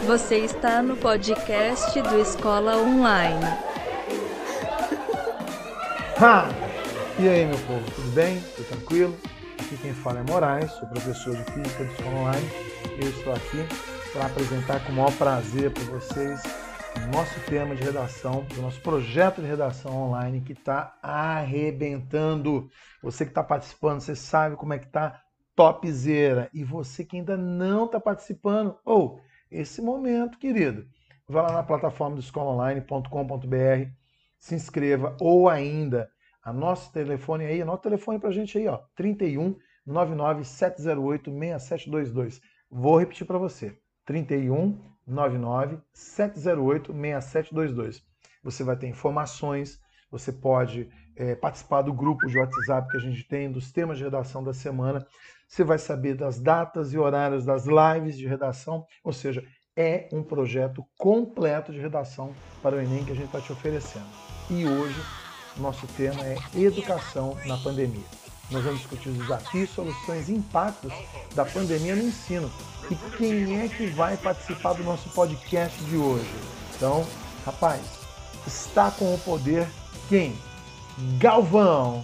Você está no podcast do Escola Online. E aí, meu povo, tudo bem? Tudo tranquilo? Aqui quem fala é Moraes, sou professor de Física do Escola Online. Eu estou aqui para apresentar com o maior prazer para vocês o nosso tema de redação, o nosso projeto de redação online que está arrebentando. Você que está participando, você sabe como é que está topzera. E você que ainda não está participando, esse momento, querido, vá lá na plataforma do escolaonline.com.br, se inscreva, ou ainda, anote o telefone aí, anota o telefone pra gente aí, 31 99 708 6722. Vou repetir para você, 31 99 708 6722. Você vai ter informações, você pode participar do grupo de WhatsApp que a gente tem, dos temas de redação da semana, você vai saber das datas e horários das lives de redação, ou seja, é um projeto completo de redação para o Enem que a gente está te oferecendo. E hoje, nosso tema é educação na pandemia. Nós vamos discutir os desafios, soluções e impactos da pandemia no ensino. E quem é que vai participar do nosso podcast de hoje? Então, rapaz, está com o poder quem? Galvão!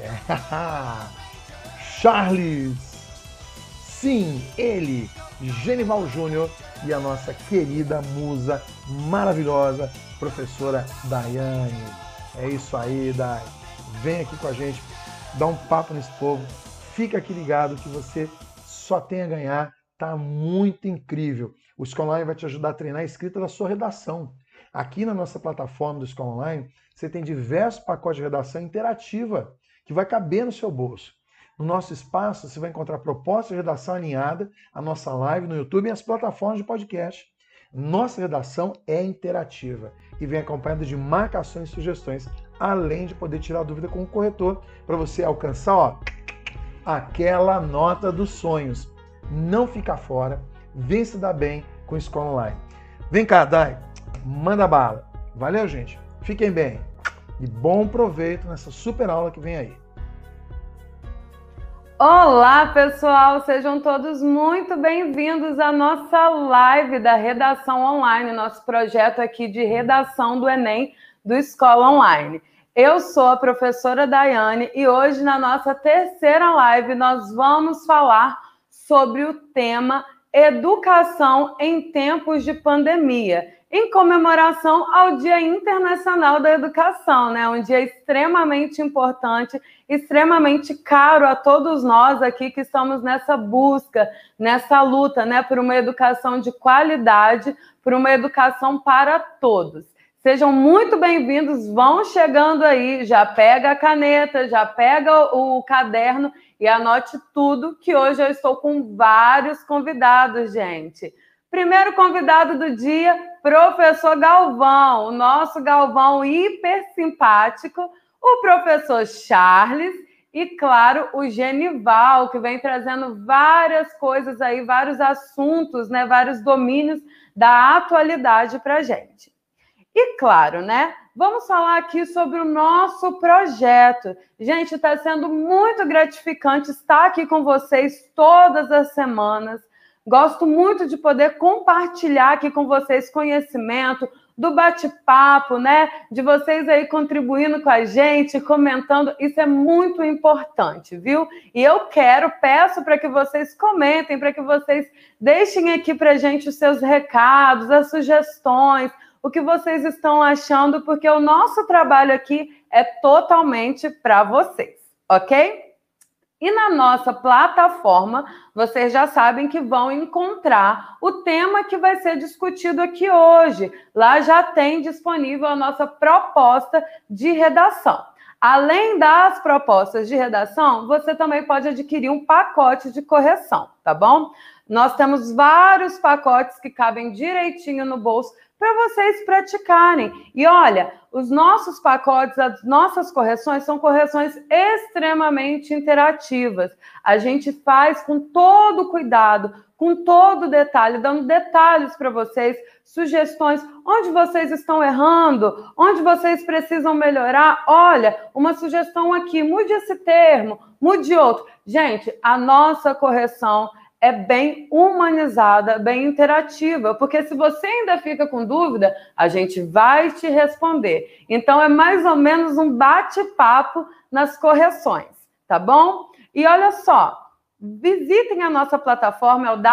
Charles! Sim, ele, Genival Júnior, e a nossa querida musa maravilhosa, professora Daiane. É isso aí, Dai. Vem aqui com a gente, dá um papo nesse povo. Fica aqui ligado que você só tem a ganhar. Tá muito incrível. O Escola Online vai te ajudar a treinar a escrita da sua redação. Aqui na nossa plataforma do Escola Online, você tem diversos pacotes de redação interativa que vai caber no seu bolso. No nosso espaço, você vai encontrar propostas de redação alinhada à nossa live no YouTube e às plataformas de podcast. Nossa redação é interativa e vem acompanhada de marcações e sugestões, além de poder tirar dúvida com o corretor para você alcançar aquela nota dos sonhos. Não fica fora, vem se dar bem com a Escola Online. Vem cá, Dai, manda bala. Valeu, gente. Fiquem bem e bom proveito nessa super aula que vem aí. Olá, pessoal! Sejam todos muito bem-vindos à nossa live da Redação Online, nosso projeto aqui de redação do Enem do Escola Online. Eu sou a professora Daiane e hoje, na nossa terceira live, nós vamos falar sobre o tema Educação em Tempos de Pandemia, em comemoração ao Dia Internacional da Educação, né? Um dia extremamente importante, extremamente caro a todos nós aqui que estamos nessa busca, nessa luta, né? Por uma educação de qualidade, por uma educação para todos. Sejam muito bem-vindos, vão chegando aí, já pega a caneta, já pega o caderno e anote tudo, que hoje eu estou com vários convidados, gente. Primeiro convidado do dia, professor Galvão, o nosso Galvão hiper simpático, o professor Charles e, claro, o Genival, que vem trazendo várias coisas aí, vários assuntos, né, vários domínios da atualidade para a gente. E, claro, né, vamos falar aqui sobre o nosso projeto. Gente, está sendo muito gratificante estar aqui com vocês todas as semanas. Gosto muito de poder compartilhar aqui com vocês conhecimento, do bate-papo, né? De vocês aí contribuindo com a gente, comentando. Isso é muito importante, viu? E eu peço para que vocês comentem, para que vocês deixem aqui para a gente os seus recados, as sugestões, o que vocês estão achando, porque o nosso trabalho aqui é totalmente para vocês, ok? E na nossa plataforma, vocês já sabem que vão encontrar o tema que vai ser discutido aqui hoje. Lá já tem disponível a nossa proposta de redação. Além das propostas de redação, você também pode adquirir um pacote de correção, tá bom? Nós temos vários pacotes que cabem direitinho no bolso para vocês praticarem. E olha, os nossos pacotes, as nossas correções são correções extremamente interativas. A gente faz com todo cuidado, com todo detalhe, dando detalhes para vocês, sugestões, onde vocês estão errando, onde vocês precisam melhorar. Olha, uma sugestão aqui, mude esse termo, mude outro. Gente, a nossa correção é bem humanizada, bem interativa, porque se você ainda fica com dúvida, a gente vai te responder. Então, é mais ou menos um bate-papo nas correções, tá bom? E olha só, visitem a nossa plataforma, é o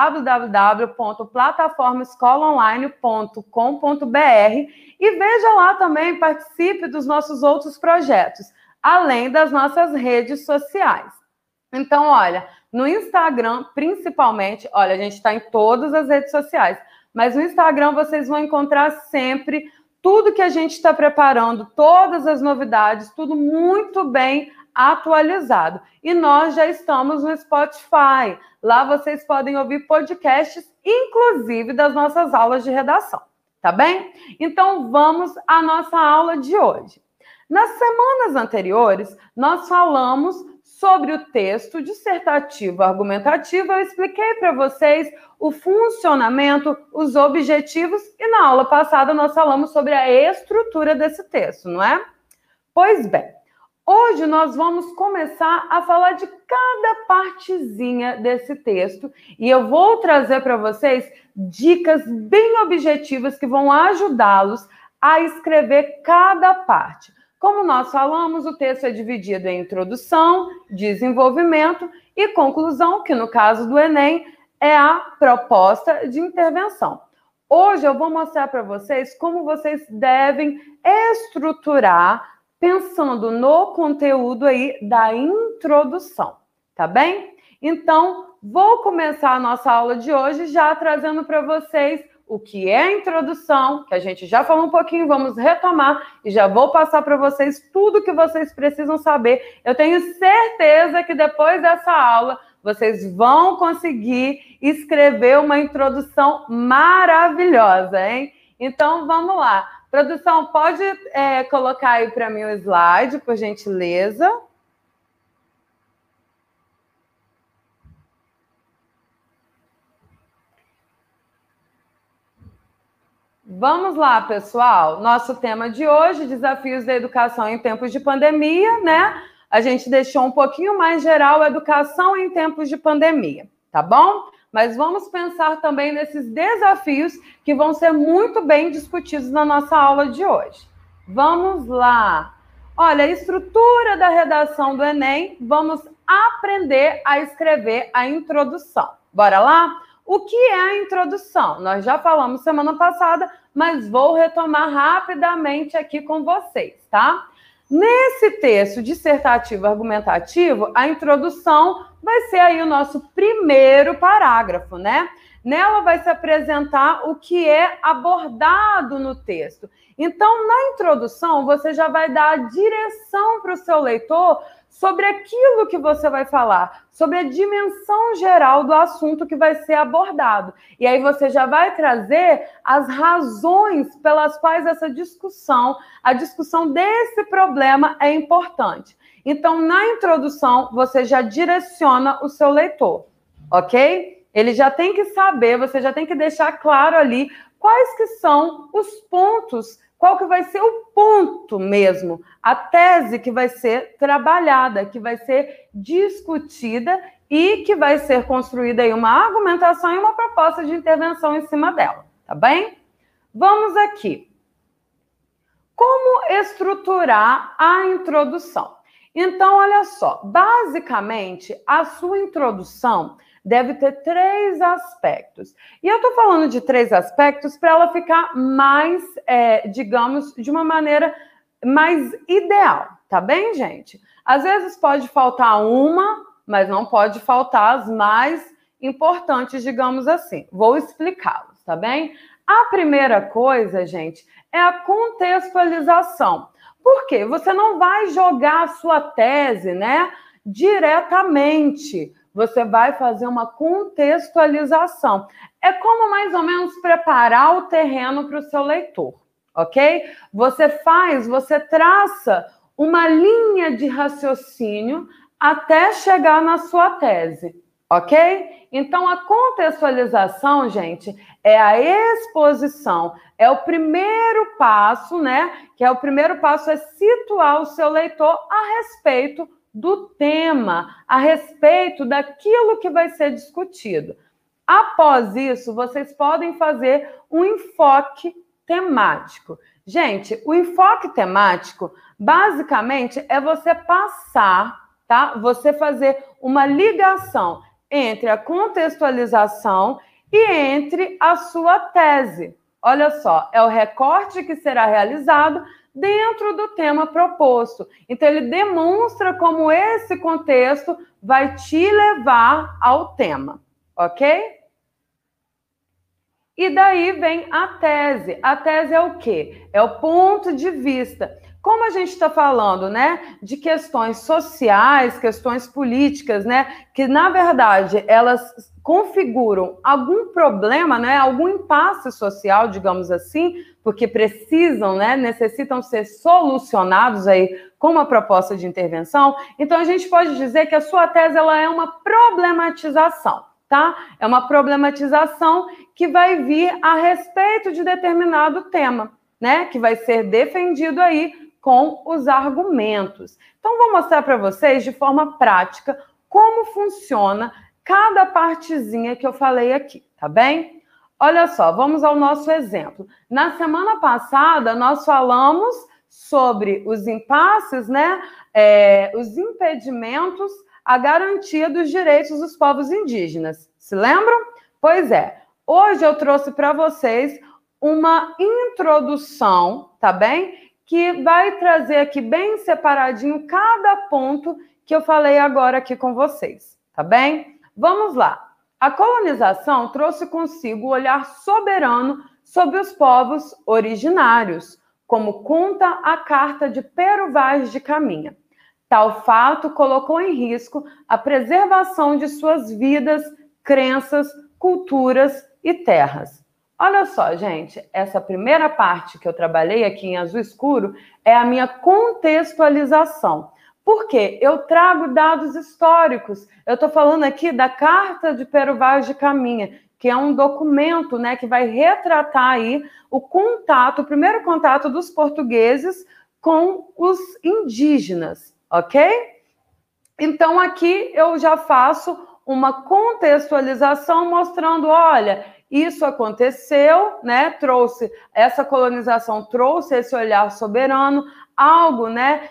www.plataformaescolaonline.com.br e veja lá também, participe dos nossos outros projetos, além das nossas redes sociais. Então, olha, no Instagram, principalmente, olha, a gente está em todas as redes sociais, mas no Instagram vocês vão encontrar sempre tudo que a gente está preparando, todas as novidades, tudo muito bem atualizado. E nós já estamos no Spotify. Lá vocês podem ouvir podcasts, inclusive das nossas aulas de redação, tá bem? Então, vamos à nossa aula de hoje. Nas semanas anteriores, nós falamos sobre o texto dissertativo argumentativo. Eu expliquei para vocês o funcionamento, os objetivos, e na aula passada nós falamos sobre a estrutura desse texto, não é? Pois bem, hoje nós vamos começar a falar de cada partezinha desse texto e eu vou trazer para vocês dicas bem objetivas que vão ajudá-los a escrever cada parte. Como nós falamos, o texto é dividido em introdução, desenvolvimento e conclusão, que no caso do Enem é a proposta de intervenção. Hoje eu vou mostrar para vocês como vocês devem estruturar pensando no conteúdo aí da introdução, tá bem? Então, vou começar a nossa aula de hoje já trazendo para vocês o que é a introdução, que a gente já falou um pouquinho, vamos retomar e já vou passar para vocês tudo que vocês precisam saber. Eu tenho certeza que depois dessa aula vocês vão conseguir escrever uma introdução maravilhosa, hein? Então, vamos lá. Produção, pode colocar aí para mim o slide, por gentileza. Vamos lá, pessoal. Nosso tema de hoje, desafios da educação em tempos de pandemia, né? A gente deixou um pouquinho mais geral, educação em tempos de pandemia, tá bom? Mas vamos pensar também nesses desafios que vão ser muito bem discutidos na nossa aula de hoje. Vamos lá. Olha, a estrutura da redação do Enem, vamos aprender a escrever a introdução. Bora lá? O que é a introdução? Nós já falamos semana passada, mas vou retomar rapidamente aqui com vocês, tá? Nesse texto dissertativo argumentativo, a introdução vai ser aí o nosso primeiro parágrafo, né? Nela vai se apresentar o que é abordado no texto. Então, na introdução, você já vai dar a direção para o seu leitor sobre aquilo que você vai falar, sobre a dimensão geral do assunto que vai ser abordado. E aí você já vai trazer as razões pelas quais essa discussão, a discussão desse problema é importante. Então, na introdução, você já direciona o seu leitor, ok? Ele já tem que saber, você já tem que deixar claro ali quais que são os pontos, qual que vai ser o ponto mesmo, a tese que vai ser trabalhada, que vai ser discutida e que vai ser construída aí uma argumentação e uma proposta de intervenção em cima dela, tá bem? Vamos aqui. Como estruturar a introdução? Então, olha só, basicamente, a sua introdução deve ter 3 aspectos. E eu estou falando de 3 aspectos para ela ficar mais, digamos, de uma maneira mais ideal, tá bem, gente? Às vezes pode faltar uma, mas não pode faltar as mais importantes, digamos assim. Vou explicá-los, tá bem? A primeira coisa, gente, é a contextualização. Por quê? Você não vai jogar a sua tese, né, diretamente. Você vai fazer uma contextualização. É como mais ou menos preparar o terreno para o seu leitor, ok? Você traça uma linha de raciocínio até chegar na sua tese, ok? Então, a contextualização, gente, é a exposição, é o primeiro passo, né? Que é o primeiro passo é situar o seu leitor a respeito do tema, a respeito daquilo que vai ser discutido. Após isso, vocês podem fazer um enfoque temático. Gente, o enfoque temático, basicamente, é você passar, tá? Você fazer uma ligação entre a contextualização e entre a sua tese. Olha só, é o recorte que será realizado dentro do tema proposto. Então, ele demonstra como esse contexto vai te levar ao tema, ok? E daí vem a tese. A tese é o quê? É o ponto de vista. Como a gente está falando, né, de questões sociais, questões políticas, né, que na verdade elas configuram algum problema, né, algum impasse social, digamos assim, porque precisam, né, necessitam ser solucionados aí com uma proposta de intervenção. Então a gente pode dizer que a sua tese ela é uma problematização, tá? É uma problematização que vai vir a respeito de determinado tema, né, que vai ser defendido aí com os argumentos. Então, vou mostrar para vocês de forma prática como funciona cada partezinha que eu falei aqui, tá bem? Olha só, vamos ao nosso exemplo. Na semana passada, nós falamos sobre os impasses, né? Os impedimentos à garantia dos direitos dos povos indígenas. Se lembram? Pois é. Hoje eu trouxe para vocês uma introdução, tá bem? Que vai trazer aqui bem separadinho cada ponto que eu falei agora aqui com vocês, tá bem? Vamos lá. A colonização trouxe consigo o olhar soberano sobre os povos originários, como conta a Carta de Pero Vaz de Caminha. Tal fato colocou em risco a preservação de suas vidas, crenças, culturas e terras. Olha só, gente, essa primeira parte que eu trabalhei aqui em azul escuro é a minha contextualização. Por quê? Eu trago dados históricos. Eu estou falando aqui da Carta de Pero Vaz de Caminha, que é um documento, né, que vai retratar aí o contato, o primeiro contato dos portugueses com os indígenas, ok? Então, aqui eu já faço uma contextualização mostrando, olha, isso aconteceu, né? Essa colonização trouxe esse olhar soberano, algo, né,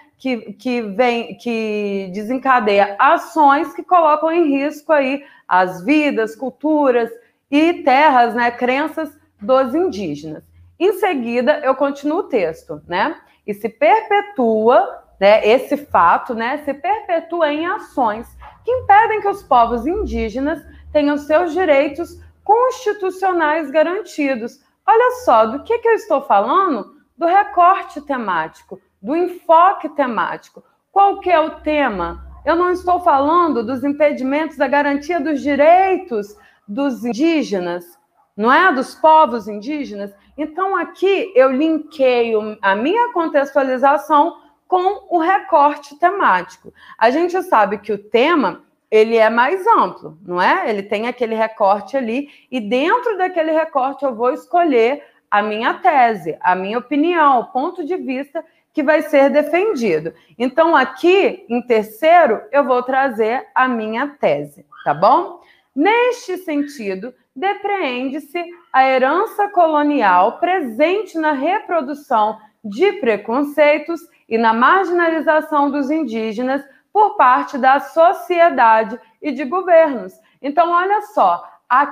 que desencadeia ações que colocam em risco aí as vidas, culturas e terras, né, crenças dos indígenas. Em seguida, eu continuo o texto, né? E se perpetua, né, esse fato, né, se perpetua em ações que impedem que os povos indígenas tenham seus direitos constitucionais garantidos. Olha só, do que eu estou falando? Do recorte temático, do enfoque temático. Qual que é o tema? Eu não estou falando dos impedimentos da garantia dos direitos dos indígenas, não é? Dos povos indígenas. Então, aqui eu linkeio a minha contextualização com o recorte temático. A gente sabe que o tema ele é mais amplo, não é? Ele tem aquele recorte ali, e dentro daquele recorte eu vou escolher a minha tese, a minha opinião, o ponto de vista que vai ser defendido. Então, aqui, em terceiro, eu vou trazer a minha tese, tá bom? Neste sentido, depreende-se a herança colonial presente na reprodução de preconceitos e na marginalização dos indígenas por parte da sociedade e de governos. Então, olha só,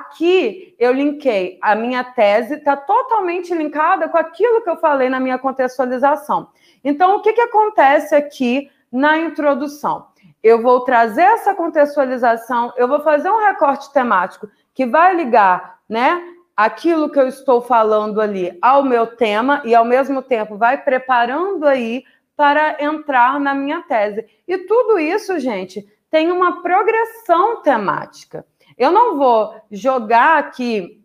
aqui eu linkei, a minha tese está totalmente linkada com aquilo que eu falei na minha contextualização. Então, o que acontece aqui na introdução? Eu vou trazer essa contextualização, eu vou fazer um recorte temático que vai ligar, né, aquilo que eu estou falando ali ao meu tema e, ao mesmo tempo, vai preparando aí para entrar na minha tese. E tudo isso, gente, tem uma progressão temática. Eu não vou jogar aqui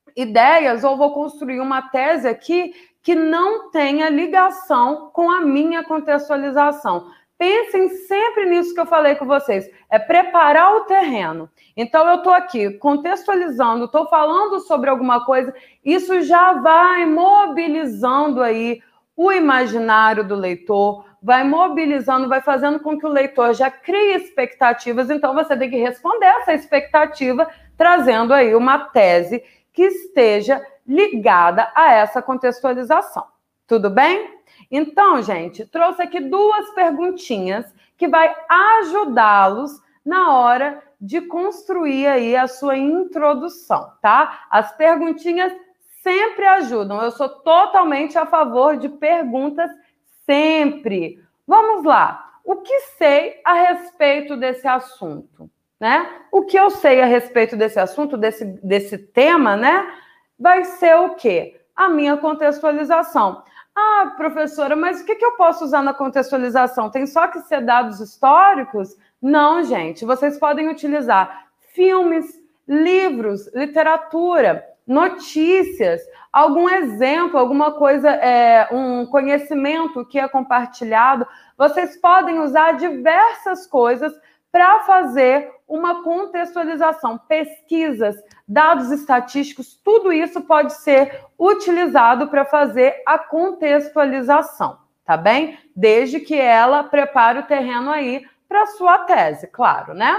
ideias ou vou construir uma tese aqui que não tenha ligação com a minha contextualização. Pensem sempre nisso que eu falei com vocês, é preparar o terreno. Então, eu estou aqui contextualizando, estou falando sobre alguma coisa, isso já vai mobilizando aí o imaginário do leitor, vai mobilizando, vai fazendo com que o leitor já crie expectativas, então você tem que responder essa expectativa, trazendo aí uma tese que esteja ligada a essa contextualização. Tudo bem? Então, gente, trouxe aqui 2 perguntinhas que vai ajudá-los na hora de construir aí a sua introdução, tá? As perguntinhas sempre ajudam. Eu sou totalmente a favor de perguntas sempre. Vamos lá. O que sei a respeito desse assunto, né? O que eu sei a respeito desse assunto, desse tema, né? Vai ser o quê? A minha contextualização. Ah, professora, mas o que eu posso usar na contextualização? Tem só que ser dados históricos? Não, gente. Vocês podem utilizar filmes, livros, literatura, notícias, algum exemplo, alguma coisa, um conhecimento que é compartilhado. Vocês podem usar diversas coisas para fazer uma contextualização, pesquisas, dados estatísticos, tudo isso pode ser utilizado para fazer a contextualização, tá bem? Desde que ela prepare o terreno aí para a sua tese, claro, né?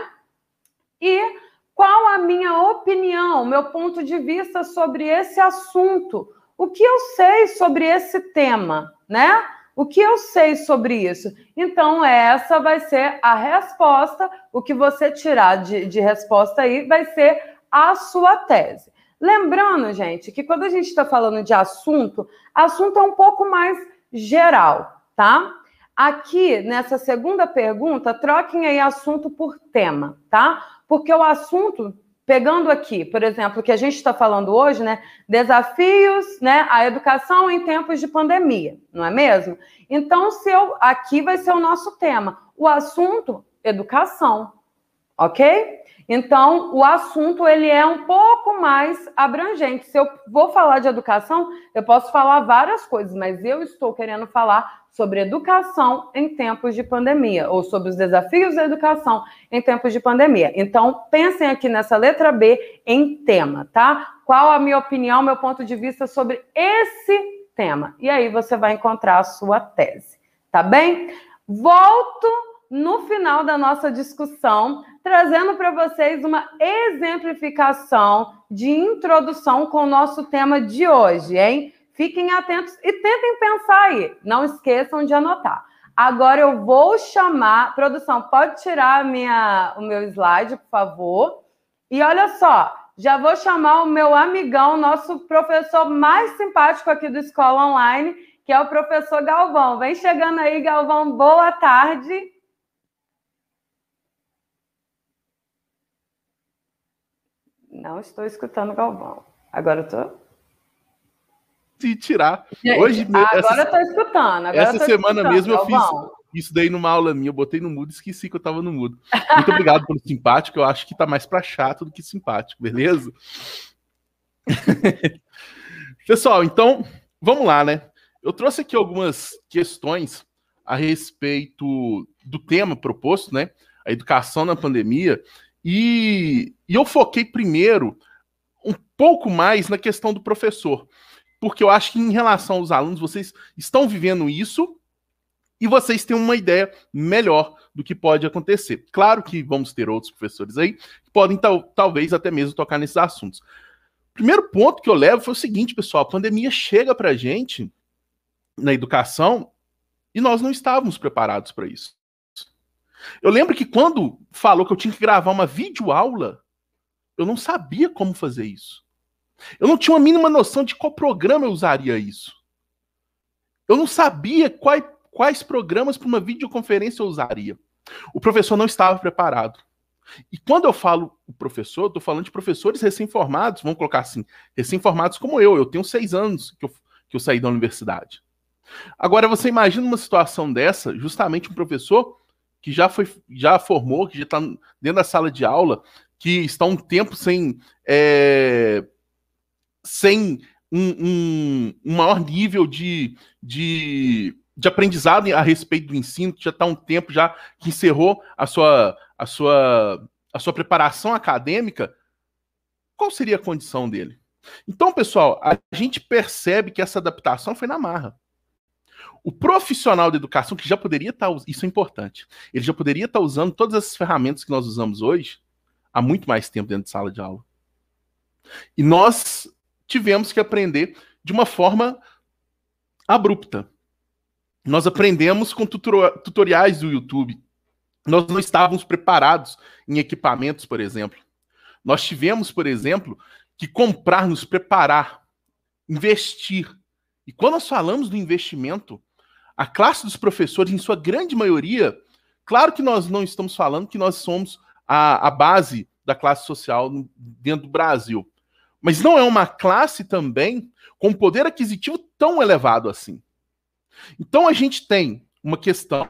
E qual a minha opinião, meu ponto de vista sobre esse assunto? O que eu sei sobre esse tema, né? O que eu sei sobre isso? Então, essa vai ser a resposta. O que você tirar de resposta aí vai ser a sua tese. Lembrando, gente, que quando a gente está falando de assunto é um pouco mais geral, tá? Aqui, nessa segunda pergunta, troquem aí assunto por tema, tá? Porque o assunto, pegando aqui, por exemplo, o que a gente está falando hoje, né? Desafios, né? A educação em tempos de pandemia, não é mesmo? Então, aqui vai ser o nosso tema. O assunto, educação, ok? Então, o assunto, ele é um pouco mais abrangente. Se eu vou falar de educação, eu posso falar várias coisas, mas eu estou querendo falar sobre educação em tempos de pandemia, ou sobre os desafios da educação em tempos de pandemia. Então, pensem aqui nessa letra B em tema, tá? Qual a minha opinião, meu ponto de vista sobre esse tema? E aí você vai encontrar a sua tese, tá bem? Volto no final da nossa discussão, trazendo para vocês uma exemplificação de introdução com o nosso tema de hoje, hein? Fiquem atentos e tentem pensar aí. Não esqueçam de anotar. Agora eu vou chamar... Produção, pode tirar o meu slide, por favor. E olha só, já vou chamar o meu amigão, nosso professor mais simpático aqui do Escola Online, que é o professor Galvão. Vem chegando aí, Galvão. Boa tarde. Não estou escutando o Galvão. Agora eu estou... Se tirar. Gente, hoje agora eu tô escutando. Essa semana mesmo eu fiz isso daí numa aula minha. Eu botei no mudo e esqueci que eu tava no mudo. Muito obrigado pelo simpático. Eu acho que tá mais pra chato do que simpático, beleza? Pessoal, então, vamos lá, né? Eu trouxe aqui algumas questões a respeito do tema proposto, né? A educação na pandemia. E eu foquei primeiro um pouco mais na questão do professor. Porque eu acho que em relação aos alunos, vocês estão vivendo isso e vocês têm uma ideia melhor do que pode acontecer. Claro que vamos ter outros professores aí que podem talvez até mesmo tocar nesses assuntos. O primeiro ponto que eu levo foi o seguinte, pessoal, a pandemia chega pra gente na educação e nós não estávamos preparados para isso. Eu lembro que quando falou que eu tinha que gravar uma videoaula, eu não sabia como fazer isso. Eu não tinha a mínima noção de qual programa eu usaria isso. Eu não sabia quais programas para uma videoconferência eu usaria. O professor não estava preparado. E quando eu falo o professor, eu estou falando de professores recém-formados, vamos colocar assim, recém-formados como eu. Eu tenho 6 anos que eu saí da universidade. Agora, você imagina uma situação dessa, justamente um professor que já formou, que já está dentro da sala de aula, que está um tempo sem um maior nível de aprendizado a respeito do ensino, que já está um tempo já que encerrou a sua preparação acadêmica, qual seria a condição dele? Então, pessoal, a gente percebe que essa adaptação foi na marra. O profissional da educação que já poderia estar, isso é importante, ele já poderia estar usando todas essas ferramentas que nós usamos hoje há muito mais tempo dentro de sala de aula. E nós tivemos que aprender de uma forma abrupta. Nós aprendemos com tutoriais do YouTube. Nós não estávamos preparados em equipamentos, por exemplo. Nós tivemos, por exemplo, que comprar, nos preparar, investir. E quando nós falamos do investimento, a classe dos professores, em sua grande maioria, claro que nós não estamos falando que nós somos a base da classe social dentro do Brasil, mas não é uma classe também com poder aquisitivo tão elevado assim. Então a gente tem uma questão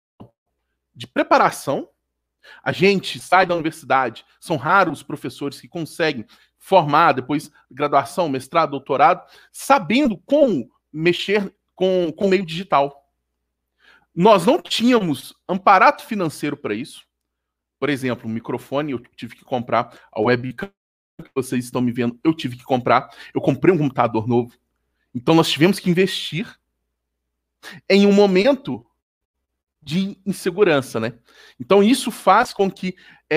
de preparação. A gente sai da universidade, são raros os professores que conseguem formar depois graduação, mestrado, doutorado, sabendo como mexer com o meio digital. Nós não tínhamos amparato financeiro para isso. Por exemplo, um microfone eu tive que comprar, a webcam que vocês estão me vendo, eu tive que comprar. Eu comprei um computador novo. Então nós tivemos que investir em um momento de insegurança, né? Então isso faz com que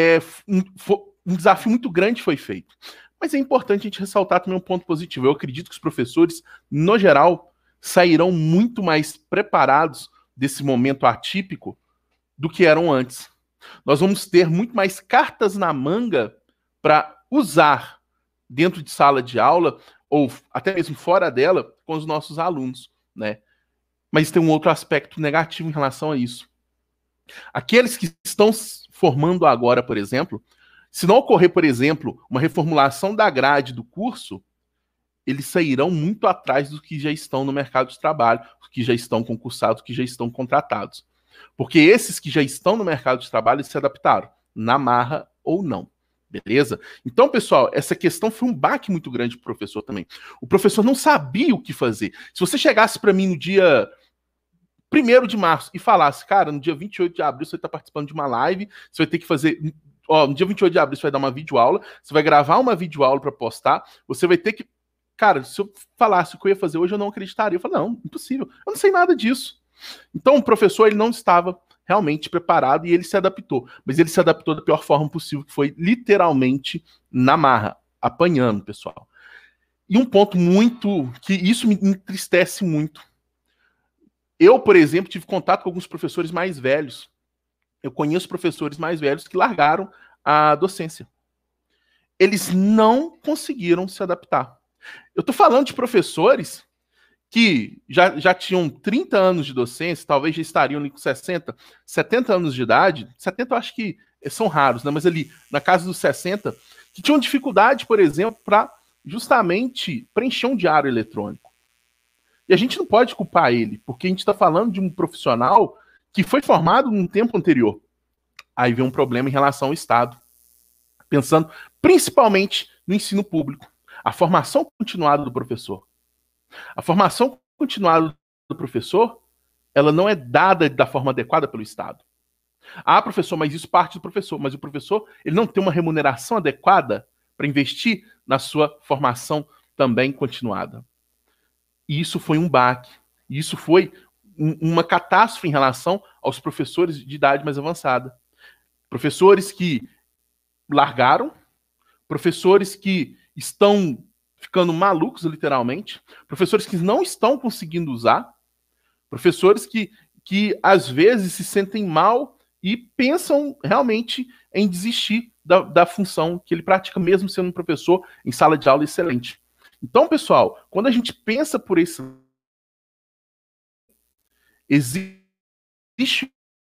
um desafio muito grande foi feito. Mas é importante a gente ressaltar também um ponto positivo. Eu acredito que os professores, no geral, sairão muito mais preparados desse momento atípico do que eram antes. Nós vamos ter muito mais cartas na manga para usar dentro de sala de aula ou até mesmo fora dela com os nossos alunos, né? Mas tem um outro aspecto negativo em relação a isso. Aqueles que estão formando agora, por exemplo, se não ocorrer, por exemplo, uma reformulação da grade do curso, eles sairão muito atrás dos que já estão no mercado de trabalho, dos que já estão concursados, que já estão contratados. Porque esses que já estão no mercado de trabalho, eles se adaptaram, na marra ou não. Beleza? Então, pessoal, essa questão foi um baque muito grande para o professor também. O professor não sabia o que fazer. Se você chegasse para mim no dia 1º de março e falasse, cara, no dia 28 de abril você está participando de uma live, você vai ter que fazer... no dia 28 de abril você vai dar uma videoaula, você vai gravar uma videoaula para postar, você vai ter que... Cara, se eu falasse o que eu ia fazer hoje, eu não acreditaria. Eu falei, não, impossível, eu não sei nada disso. Então, o professor, ele não estava realmente preparado e ele se adaptou. Mas ele se adaptou da pior forma possível, que foi literalmente na marra, apanhando, pessoal. E um ponto muito... que isso me entristece muito. Eu, por exemplo, tive contato com alguns professores mais velhos. Eu conheço professores mais velhos que largaram a docência. Eles não conseguiram se adaptar. Eu estou falando de professores que já tinham 30 anos de docência, talvez já estariam ali com 60, 70 anos de idade. 70 eu acho que são raros, né? Mas ali na casa dos 60, que tinham dificuldade, por exemplo, para justamente preencher um diário eletrônico. E a gente não pode culpar ele, porque a gente está falando de um profissional que foi formado num tempo anterior. Aí vem um problema em relação ao Estado. Pensando principalmente no ensino público. A formação continuada do professor. A formação continuada do professor, ela não é dada da forma adequada pelo Estado. Ah, professor, mas isso parte do professor. Mas o professor, ele não tem uma remuneração adequada para investir na sua formação também continuada. E isso foi um baque. E isso foi uma catástrofe em relação aos professores de idade mais avançada. Professores que largaram, professores que estão ficando malucos, literalmente, professores que não estão conseguindo usar, professores que às vezes se sentem mal e pensam realmente em desistir da função que ele pratica, mesmo sendo um professor em sala de aula excelente. Então, pessoal, quando a gente pensa por esse... existe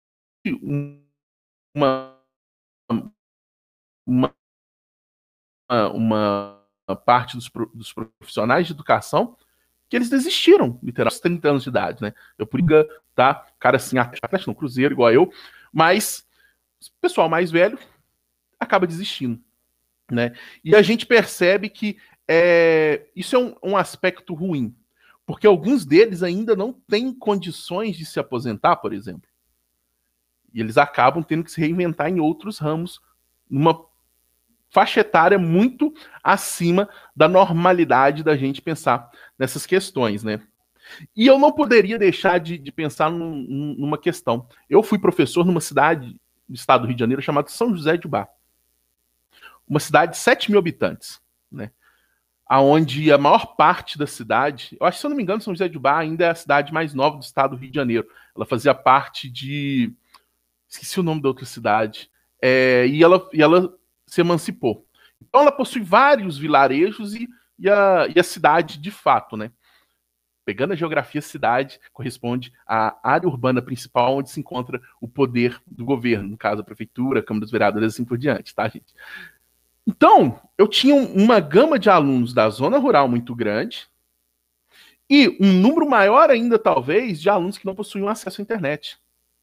uma parte dos profissionais de educação que eles desistiram, literalmente, aos 30 anos de idade, né? Eu por tá? Cara assim, atleta no Cruzeiro, igual eu, mas o pessoal mais velho acaba desistindo, né? E a gente percebe que isso é um aspecto ruim, porque alguns deles ainda não têm condições de se aposentar, por exemplo. E eles acabam tendo que se reinventar em outros ramos, numa faixa etária muito acima da normalidade da gente pensar nessas questões, né? E eu não poderia deixar de pensar numa questão. Eu fui professor numa cidade do estado do Rio de Janeiro chamada São José de Ubá. Uma cidade de 7 mil habitantes, né? Onde a maior parte da cidade, eu acho que, se eu não me engano, São José de Ubá ainda é a cidade mais nova do estado do Rio de Janeiro. Ela fazia parte de... Esqueci o nome da outra cidade. E ela se emancipou. Então ela possui vários vilarejos e a cidade, de fato, né? Pegando a geografia, cidade corresponde à área urbana principal onde se encontra o poder do governo, no caso a prefeitura, a Câmara dos Vereadores, assim por diante, tá, gente? Então, eu tinha uma gama de alunos da zona rural muito grande e um número maior ainda, talvez, de alunos que não possuíam acesso à internet.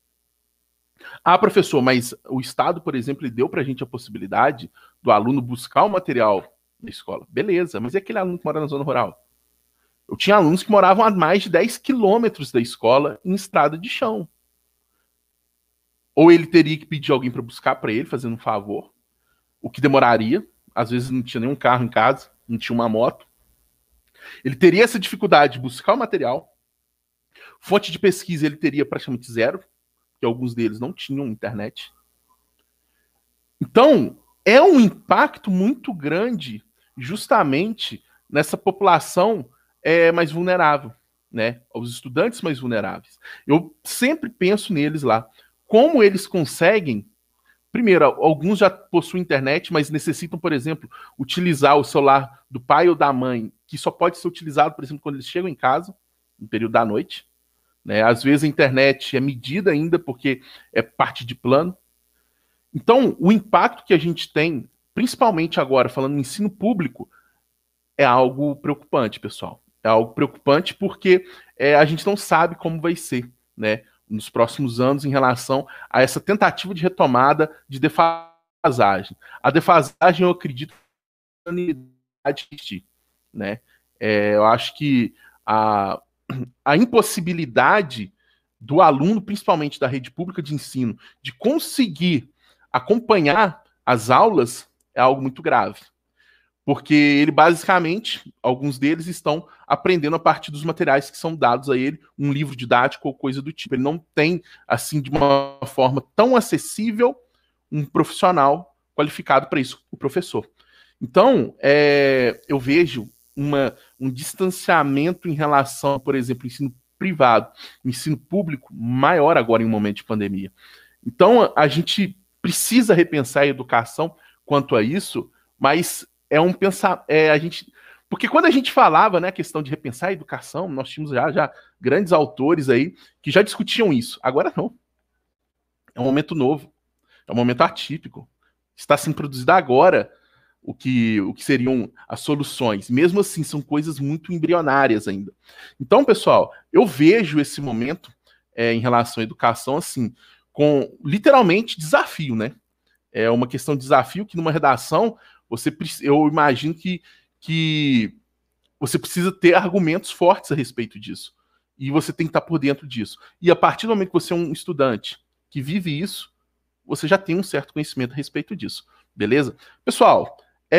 Ah, professor, mas o Estado, por exemplo, ele deu para a gente a possibilidade do aluno buscar o material da escola. Beleza, mas e aquele aluno que mora na zona rural? Eu tinha alunos que moravam a mais de 10 quilômetros da escola em estrada de chão. Ou ele teria que pedir alguém para buscar para ele, fazendo um favor, o que demoraria. Às vezes não tinha nenhum carro em casa, não tinha uma moto. Ele teria essa dificuldade de buscar o material. Fonte de pesquisa ele teria praticamente zero, porque alguns deles não tinham internet. Então, é um impacto muito grande justamente nessa população mais vulnerável, né? Os estudantes mais vulneráveis. Eu sempre penso neles lá. Como eles conseguem... Primeiro, alguns já possuem internet, mas necessitam, por exemplo, utilizar o celular do pai ou da mãe, que só pode ser utilizado, por exemplo, quando eles chegam em casa, no período da noite. Né? Às vezes a internet é medida ainda, porque é parte de plano. Então, o impacto que a gente tem, principalmente agora, falando em ensino público, é algo preocupante, pessoal. É algo preocupante porque a gente não sabe como vai ser, né, nos próximos anos em relação a essa tentativa de retomada de defasagem. A defasagem, eu acredito, né? Eu acho que a impossibilidade do aluno, principalmente da rede pública de ensino, de conseguir acompanhar as aulas é algo muito grave. Porque ele, basicamente, alguns deles estão aprendendo a partir dos materiais que são dados a ele, um livro didático ou coisa do tipo. Ele não tem, assim, de uma forma tão acessível, um profissional qualificado para isso, o professor. Então, eu vejo um distanciamento em relação, por exemplo, ao ensino privado, ensino público, maior agora em um momento de pandemia. Então, a gente precisa repensar a educação quanto a isso, mas porque quando a gente falava, né, a questão de repensar a educação, nós tínhamos já grandes autores aí que já discutiam isso. Agora não. É um momento novo. É um momento atípico. Está sendo produzido agora o que seriam as soluções. Mesmo assim, são coisas muito embrionárias ainda. Então, pessoal, eu vejo esse momento em relação à educação, assim, com literalmente desafio, né? É uma questão de desafio que numa redação eu imagino que você precisa ter argumentos fortes a respeito disso. E você tem que estar por dentro disso. E a partir do momento que você é um estudante que vive isso, você já tem um certo conhecimento a respeito disso. Beleza? Pessoal,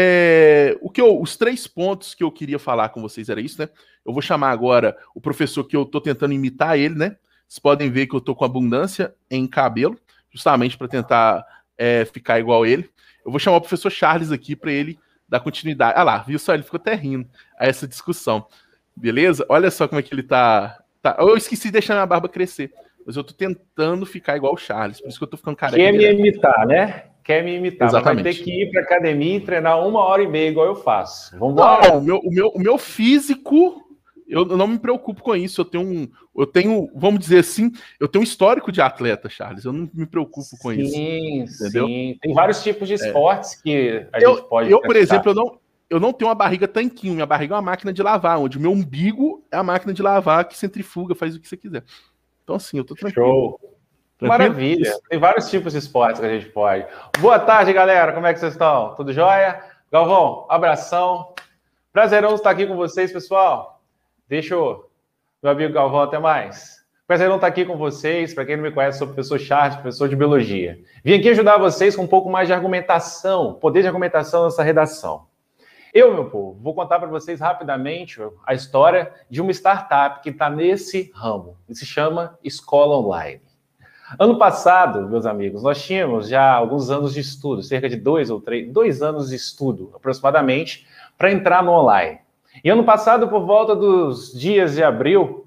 os 3 pontos que eu queria falar com vocês era isso, né? Eu vou chamar agora o professor que eu estou tentando imitar ele, né? Vocês podem ver que eu estou com abundância em cabelo, justamente para tentar ficar igual ele. Eu vou chamar o professor Charles aqui para ele dar continuidade. Ah lá, viu só? Ele ficou até rindo a essa discussão. Beleza? Olha só como é que ele tá. Eu esqueci de deixar minha barba crescer, mas eu tô tentando ficar igual o Charles, por isso que eu tô ficando careca. Quer me imitar, né? Quer me imitar. Exatamente. Vai ter que ir pra academia e treinar 1h30 igual eu faço. Vamos embora? Não, o meu físico, eu não me preocupo com isso. Eu tenho, vamos dizer assim, eu tenho um histórico de atleta, Charles. Eu não me preocupo com isso. Entendeu? Sim. Tem vários tipos de esportes que a gente pode por exemplo, eu não tenho uma barriga tanquinho. Minha barriga é uma máquina de lavar, onde o meu umbigo é a máquina de lavar que centrifuga, faz o que você quiser. Então, assim, eu tô tranquilo. Show. Tranquilo? Maravilha. Tem vários tipos de esportes que a gente pode. Boa tarde, galera. Como é que vocês estão? Tudo jóia? Galvão, abração. Prazerão estar aqui com vocês, pessoal. Deixa o meu amigo Galvão, até mais. Prazerão estar aqui com vocês. Para quem não me conhece, sou o professor Charles, professor de Biologia. Vim aqui ajudar vocês com um pouco mais de argumentação, poder de argumentação nessa redação. Meu povo, vou contar para vocês rapidamente a história de uma startup que está nesse ramo, que se chama Escola Online. Ano passado, meus amigos, nós tínhamos já alguns anos de estudo, cerca de 2 anos de estudo, aproximadamente, para entrar no online. E ano passado, por volta dos dias de abril,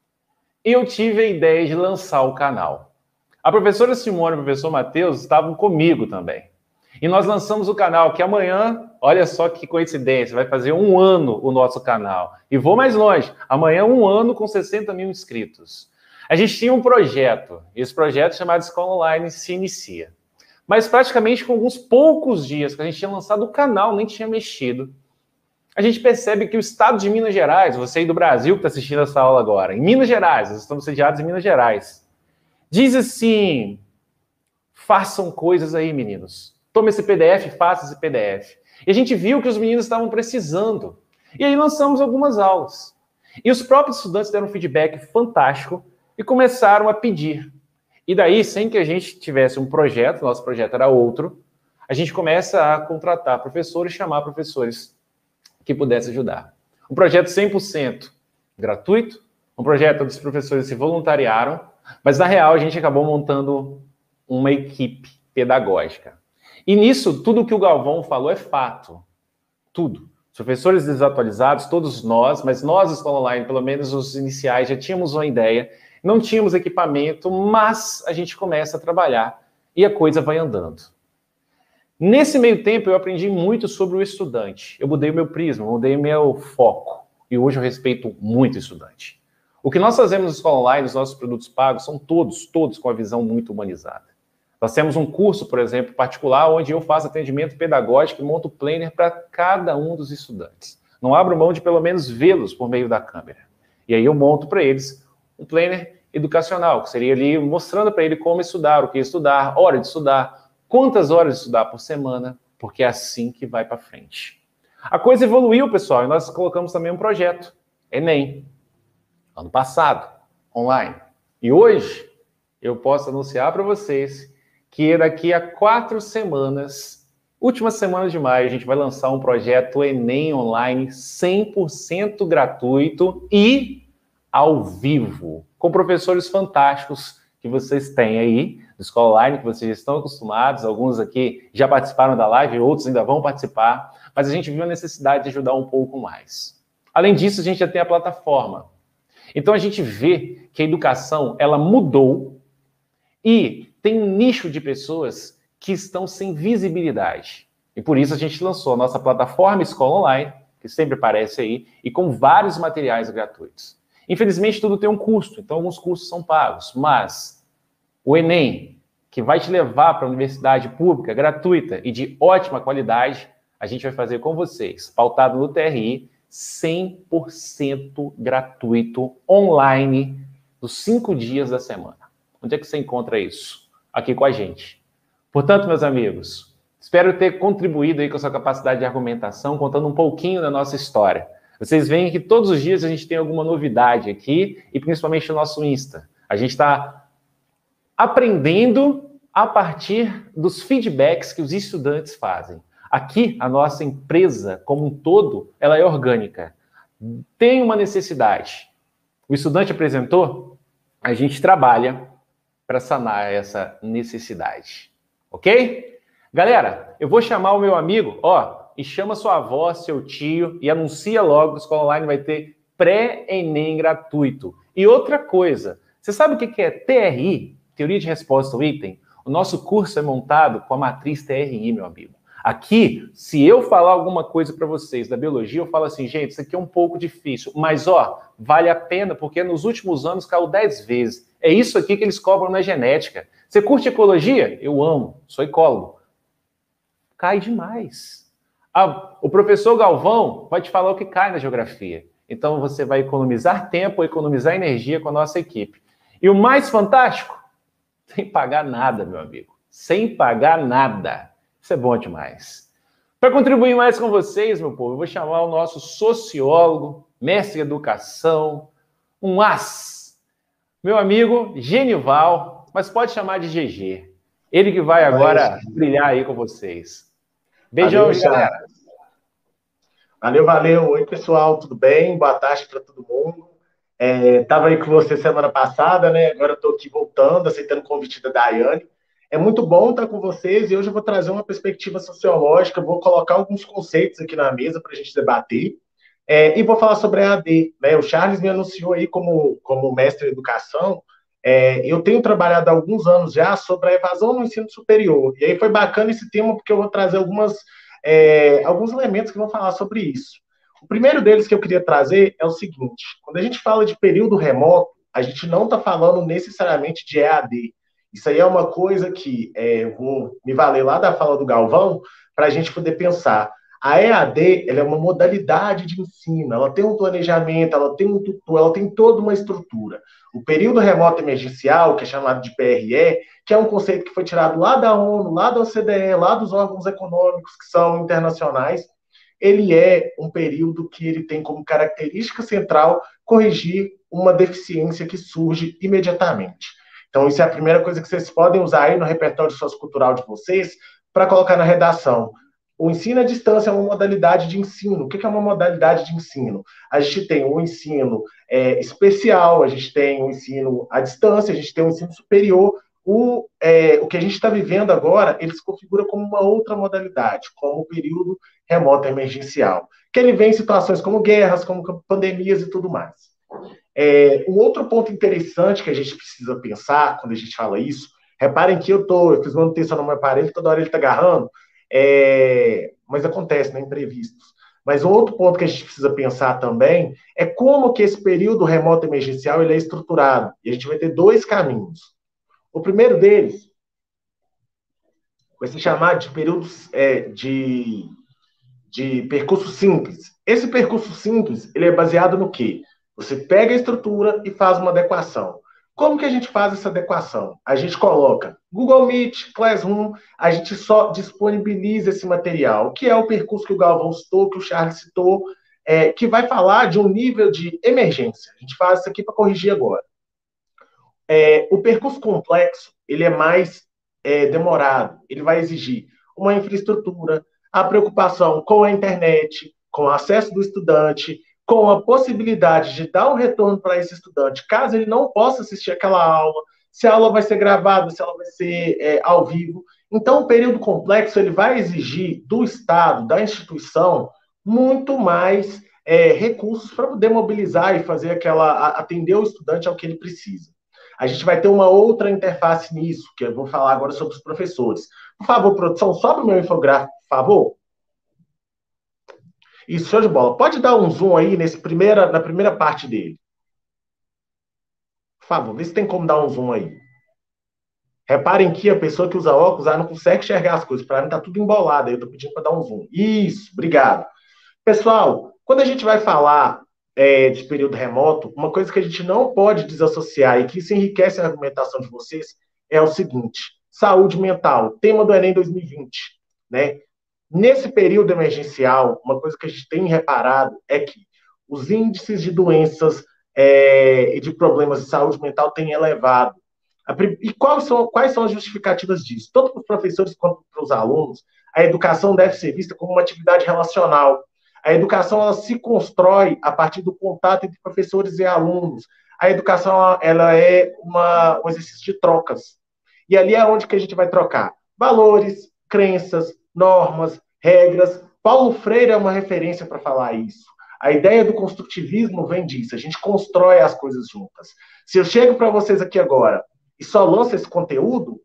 eu tive a ideia de lançar o canal. A professora Simone e o professor Matheus estavam comigo também. E nós lançamos o canal, que amanhã, olha só que coincidência, vai fazer 1 ano o nosso canal. E vou mais longe, amanhã 1 ano com 60 mil inscritos. A gente tinha um projeto, e esse projeto chamado Escola Online se inicia. Mas praticamente com alguns poucos dias que a gente tinha lançado o canal, nem tinha mexido, a gente percebe que o estado de Minas Gerais, você aí do Brasil que está assistindo essa aula agora, em Minas Gerais, nós estamos sediados em Minas Gerais, diz assim, façam coisas aí, meninos. Tome esse PDF, faça esse PDF. E a gente viu que os meninos estavam precisando. E aí lançamos algumas aulas. E os próprios estudantes deram um feedback fantástico e começaram a pedir. E daí, sem que a gente tivesse um projeto, nosso projeto era outro, a gente começa a contratar professores, chamar professores que pudessem ajudar. Um projeto 100% gratuito, um projeto onde os professores se voluntariaram, mas na real a gente acabou montando uma equipe pedagógica. E nisso, tudo que o Galvão falou é fato. Tudo. Os professores desatualizados, todos nós, mas nós, Escola Online, pelo menos os iniciais, já tínhamos uma ideia, não tínhamos equipamento, mas a gente começa a trabalhar e a coisa vai andando. Nesse meio tempo, eu aprendi muito sobre o estudante. Eu mudei o meu prisma, mudei o meu foco. E hoje eu respeito muito o estudante. O que nós fazemos na Escola Online, os nossos produtos pagos, são todos com a visão muito humanizada. Nós temos um curso, por exemplo, particular, onde eu faço atendimento pedagógico e monto planner para cada um dos estudantes. Não abro mão de pelo menos vê-los por meio da câmera. E aí eu monto para eles um planner educacional, que seria ali mostrando para ele como estudar, o que estudar, hora de estudar, quantas horas de estudar por semana, porque é assim que vai para frente. A coisa evoluiu, pessoal, e nós colocamos também um projeto, Enem, ano passado, online. E hoje eu posso anunciar para vocês que daqui a 4 semanas, última semana de maio, a gente vai lançar um projeto Enem Online 100% gratuito e ao vivo, com professores fantásticos que vocês têm aí, do Escola Online, que vocês estão acostumados, alguns aqui já participaram da live, outros ainda vão participar, mas a gente viu a necessidade de ajudar um pouco mais. Além disso, a gente já tem a plataforma. Então, a gente vê que a educação, ela mudou e tem um nicho de pessoas que estão sem visibilidade. E por isso a gente lançou a nossa plataforma Escola Online, que sempre aparece aí, e com vários materiais gratuitos. Infelizmente, tudo tem um custo, então alguns custos são pagos, mas o Enem, que vai te levar para a universidade pública, gratuita e de ótima qualidade, a gente vai fazer com vocês, pautado no TRI, 100% gratuito, online, nos 5 dias da semana. Onde é que você encontra isso? Aqui com a gente. Portanto, meus amigos, espero ter contribuído aí com a sua capacidade de argumentação, contando um pouquinho da nossa história. Vocês veem que todos os dias a gente tem alguma novidade aqui, e principalmente no nosso Insta. A gente está aprendendo a partir dos feedbacks que os estudantes fazem. Aqui, a nossa empresa, como um todo, ela é orgânica. Tem uma necessidade. O estudante apresentou, a gente trabalha para sanar essa necessidade. Ok? Galera, eu vou chamar o meu amigo, e chama sua avó, seu tio, e anuncia logo que a Escola Online vai ter pré-ENEM gratuito. E outra coisa, você sabe o que é TRI? Teoria de Resposta ao Item? O nosso curso é montado com a matriz TRI, meu amigo. Aqui, se eu falar alguma coisa para vocês da biologia, eu falo assim, gente, isso aqui é um pouco difícil, mas vale a pena, porque nos últimos anos caiu 10 vezes. É isso aqui que eles cobram na genética. Você curte ecologia? Eu amo, sou ecólogo. Cai demais. O professor Galvão vai te falar o que cai na geografia. Então você vai economizar tempo, economizar energia com a nossa equipe. E o mais fantástico, sem pagar nada, meu amigo. Sem pagar nada. Isso é bom demais. Para contribuir mais com vocês, meu povo, eu vou chamar o nosso sociólogo, mestre em educação, um as, meu amigo Genival, mas pode chamar de GG. Ele que vai agora brilhar aí com vocês. Beijão, galera. Valeu, valeu. Oi, pessoal, tudo bem? Boa tarde para todo mundo. Estava aí com você semana passada, né? Agora estou aqui voltando, aceitando o convite da Daiane. É muito bom estar com vocês e hoje eu vou trazer uma perspectiva sociológica, vou colocar alguns conceitos aqui na mesa para a gente debater. E vou falar sobre a EAD, né? O Charles me anunciou aí como mestre em educação. Eu tenho trabalhado há alguns anos já sobre a evasão no ensino superior. E aí foi bacana esse tema porque eu vou trazer alguns elementos que vão falar sobre isso. O primeiro deles que eu queria trazer é o seguinte: quando a gente fala de período remoto, a gente não está falando necessariamente de EAD. Isso aí é uma coisa que eu vou me valer lá da fala do Galvão para a gente poder pensar. A EAD ela é uma modalidade de ensino, ela tem um planejamento, ela tem um tutor, ela tem toda uma estrutura. O período remoto emergencial, que é chamado de PRE, que é um conceito que foi tirado lá da ONU, lá da OCDE, lá dos órgãos econômicos que são internacionais, ele é um período que ele tem como característica central corrigir uma deficiência que surge imediatamente. Então, isso é a primeira coisa que vocês podem usar aí no repertório sociocultural de vocês para colocar na redação. O ensino à distância é uma modalidade de ensino. O que é uma modalidade de ensino? A gente tem um ensino especial, a gente tem um ensino à distância, a gente tem um ensino superior. O que a gente está vivendo agora, ele se configura como uma outra modalidade, como o período remoto emergencial, que ele vem em situações como guerras, como pandemias e tudo mais. Um outro ponto interessante que a gente precisa pensar quando a gente fala isso, reparem que eu fiz manutenção no meu aparelho, toda hora ele está agarrando, mas acontece, né, imprevistos. Mas um outro ponto que a gente precisa pensar também é como que esse período remoto emergencial ele é estruturado. E a gente vai ter dois caminhos. O primeiro deles vai se chamar de períodos de percurso simples. Esse percurso simples ele é baseado no quê? Você pega a estrutura e faz uma adequação. Como que a gente faz essa adequação? A gente coloca Google Meet, Classroom, a gente só disponibiliza esse material, que é o percurso que o Galvão citou, que o Charles citou, que vai falar de um nível de emergência. A gente faz isso aqui para corrigir agora. O percurso complexo, ele é mais demorado, ele vai exigir uma infraestrutura, a preocupação com a internet, com o acesso do estudante, com a possibilidade de dar um retorno para esse estudante, caso ele não possa assistir aquela aula, se a aula vai ser gravada, se ela vai ser ao vivo. Então, o período complexo ele vai exigir do Estado, da instituição, muito mais recursos para poder mobilizar e fazer atender o estudante ao que ele precisa. A gente vai ter uma outra interface nisso, que eu vou falar agora sobre os professores. Por favor, produção, sobe o meu infográfico, por favor. Isso, show de bola. Pode dar um zoom aí na primeira parte dele. Por favor, vê se tem como dar um zoom aí. Reparem que a pessoa que usa óculos não consegue enxergar as coisas. Para mim tá tudo embolado. Aí eu tô pedindo para dar um zoom. Isso, obrigado. Pessoal, quando a gente vai falar de período remoto, uma coisa que a gente não pode desassociar e que isso enriquece a argumentação de vocês é o seguinte: saúde mental, tema do Enem 2020, né? Nesse período emergencial, uma coisa que a gente tem reparado é que os índices de doenças e de problemas de saúde mental têm elevado. E quais são as justificativas disso? Tanto para os professores quanto para os alunos, a educação deve ser vista como uma atividade relacional. A educação ela se constrói a partir do contato entre professores e alunos. A educação ela é um exercício de trocas. E ali é onde que a gente vai trocar valores, crenças, normas, regras. Paulo Freire é uma referência para falar isso. A ideia do construtivismo vem disso. A gente constrói as coisas juntas. Se eu chego para vocês aqui agora e só lanço esse conteúdo,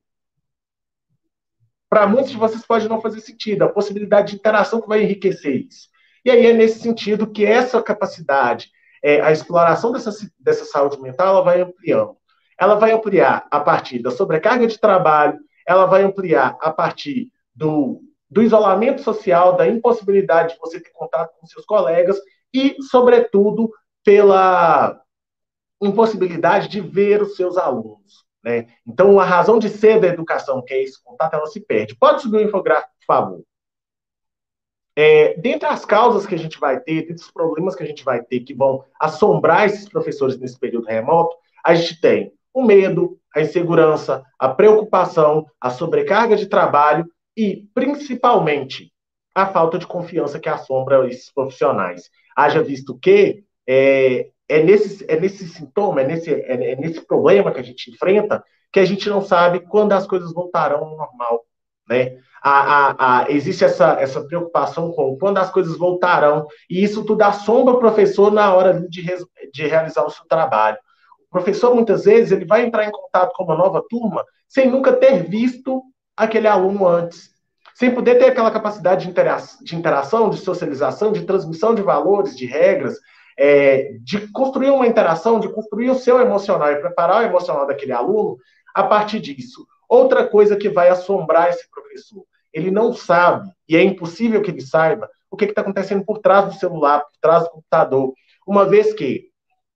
para muitos de vocês pode não fazer sentido. A possibilidade de interação que vai enriquecer isso. E aí é nesse sentido que essa capacidade, a exploração dessa saúde mental, ela vai ampliando. Ela vai ampliar a partir da sobrecarga de trabalho, ela vai ampliar a partir do isolamento social, da impossibilidade de você ter contato com seus colegas e, sobretudo, pela impossibilidade de ver os seus alunos, né? Então, a razão de ser da educação, que é esse contato, ela se perde. Pode subir o infográfico, por favor. Dentre as causas que a gente vai ter, dentre os problemas que a gente vai ter que vão assombrar esses professores nesse período remoto, a gente tem o medo, a insegurança, a preocupação, a sobrecarga de trabalho e, principalmente, a falta de confiança que assombra esses profissionais. Haja visto que nesse sintoma, nesse problema que a gente enfrenta, que a gente não sabe quando as coisas voltarão ao normal, né? Existe essa preocupação com quando as coisas voltarão, e isso tudo assombra o professor na hora de realizar o seu trabalho. O professor, muitas vezes, ele vai entrar em contato com uma nova turma sem nunca ter visto aquele aluno antes, sem poder ter aquela capacidade de interação, de socialização, de transmissão de valores, de regras, de construir uma interação, de construir o seu emocional e preparar o emocional daquele aluno a partir disso. Outra coisa que vai assombrar esse professor, ele não sabe, e é impossível que ele saiba, o que está acontecendo por trás do celular, por trás do computador, uma vez que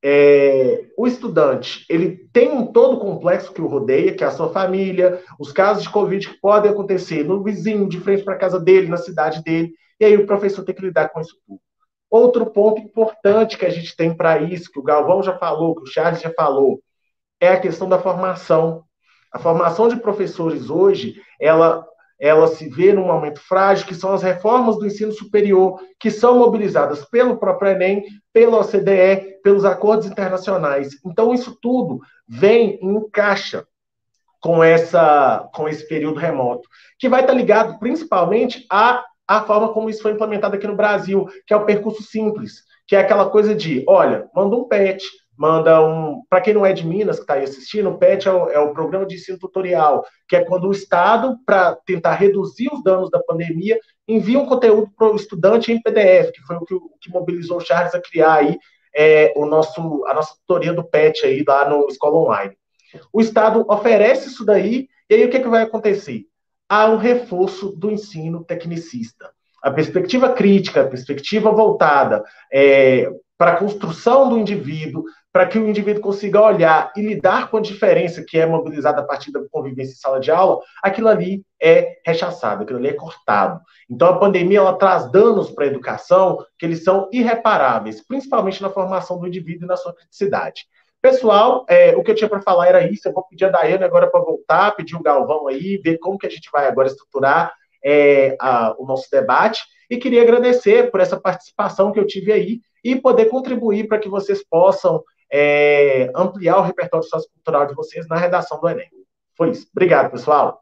o estudante, ele tem todo o complexo que o rodeia, que é a sua família, os casos de Covid que podem acontecer no vizinho, de frente para a casa dele, na cidade dele, e aí o professor tem que lidar com isso tudo. Outro ponto importante que a gente tem para isso, que o Galvão já falou, que o Charles já falou, é a questão da formação. A formação de professores hoje, ela se vê num momento frágil, que são as reformas do ensino superior, que são mobilizadas pelo próprio Enem, pela OCDE, pelos acordos internacionais. Então, isso tudo vem em encaixa com esse período remoto, que vai estar ligado principalmente à forma como isso foi implementado aqui no Brasil, que é o percurso simples, que é aquela coisa de, olha, manda um PET, para quem não é de Minas, que está aí assistindo, o PET é o Programa de Ensino Tutorial, que é quando o Estado, para tentar reduzir os danos da pandemia, envia um conteúdo para o estudante em PDF, que foi o que mobilizou o Charles a criar aí a nossa tutoria do PET aí lá no Escola Online. O Estado oferece isso daí, e aí o que vai acontecer? Há um reforço do ensino tecnicista. A perspectiva crítica, a perspectiva voltada para a construção do indivíduo, para que o indivíduo consiga olhar e lidar com a diferença que é mobilizada a partir da convivência em sala de aula, aquilo ali é rechaçado, aquilo ali é cortado. Então, a pandemia ela traz danos para a educação que eles são irreparáveis, principalmente na formação do indivíduo e na sua criticidade. Pessoal, o que eu tinha para falar era isso. Eu vou pedir a Daiane agora para voltar, pedir o Galvão aí, ver como que a gente vai agora estruturar o nosso debate. E queria agradecer por essa participação que eu tive aí e poder contribuir para que vocês possam ampliar o repertório sociocultural de vocês na redação do Enem. Foi isso. Obrigado, pessoal.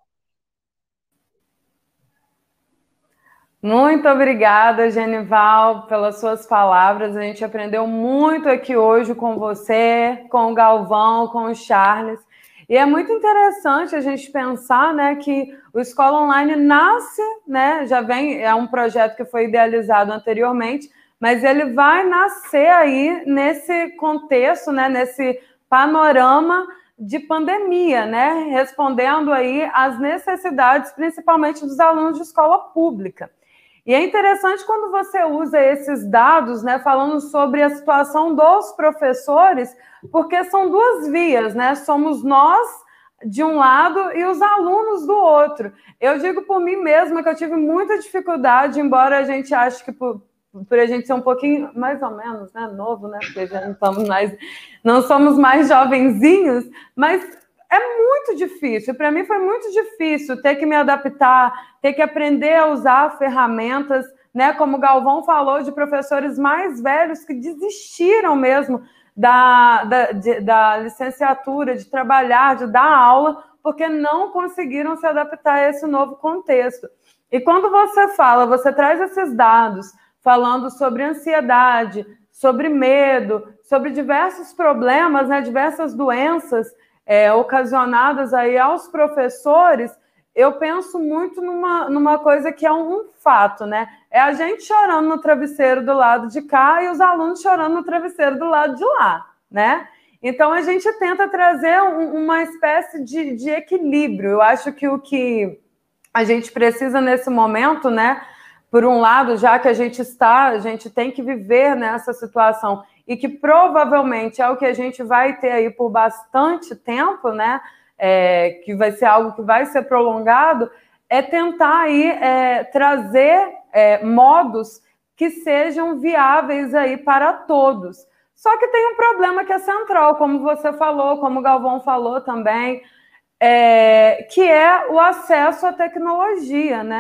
Muito obrigada, Genival, pelas suas palavras. A gente aprendeu muito aqui hoje com você, com o Galvão, com o Charles. E é muito interessante a gente pensar, né, que o Escola Online nasce, né, é um projeto que foi idealizado anteriormente, mas ele vai nascer aí nesse contexto, né, nesse panorama de pandemia, né, respondendo aí às necessidades, principalmente dos alunos de escola pública. E é interessante quando você usa esses dados, né, falando sobre a situação dos professores, porque são duas vias, né? Somos nós de um lado e os alunos do outro. Eu digo por mim mesma que eu tive muita dificuldade, embora a gente ache que por a gente ser um pouquinho, mais ou menos, né, novo, né, porque já não somos mais jovenzinhos, mas é muito difícil. Para mim foi muito difícil ter que me adaptar, ter que aprender a usar ferramentas, né, como o Galvão falou, de professores mais velhos que desistiram mesmo da licenciatura, de trabalhar, de dar aula, porque não conseguiram se adaptar a esse novo contexto. E quando você traz esses dados, falando sobre ansiedade, sobre medo, sobre diversos problemas, né, diversas doenças ocasionadas aí aos professores, eu penso muito numa coisa que é um fato, né? É a gente chorando no travesseiro do lado de cá e os alunos chorando no travesseiro do lado de lá, né? Então, a gente tenta trazer uma espécie de equilíbrio. Eu acho que o que a gente precisa nesse momento, né? Por um lado, já que a gente tem que viver nessa situação e que provavelmente é o que a gente vai ter aí por bastante tempo, né? Que vai ser algo que vai ser prolongado, é tentar aí trazer modos que sejam viáveis aí para todos. Só que tem um problema que é central, como você falou, como o Galvão falou também, que é o acesso à tecnologia, né?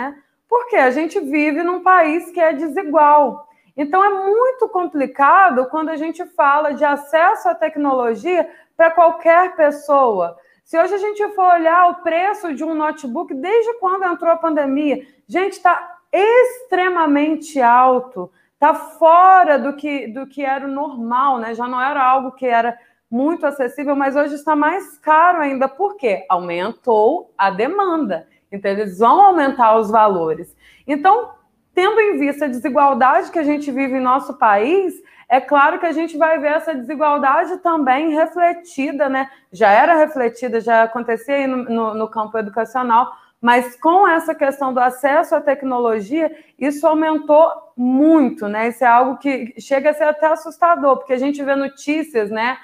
Porque a gente vive num país que é desigual. Então, é muito complicado quando a gente fala de acesso à tecnologia para qualquer pessoa. Se hoje a gente for olhar o preço de um notebook, desde quando entrou a pandemia, gente, está extremamente alto, está fora do que era o normal, né? Já não era algo que era muito acessível, mas hoje está mais caro ainda. Por quê? Aumentou a demanda. Então, eles vão aumentar os valores. Então, tendo em vista a desigualdade que a gente vive em nosso país, é claro que a gente vai ver essa desigualdade também refletida, né? Já era refletida, já acontecia aí no campo educacional, mas com essa questão do acesso à tecnologia, isso aumentou muito, né? Isso é algo que chega a ser até assustador, porque a gente vê notícias, né?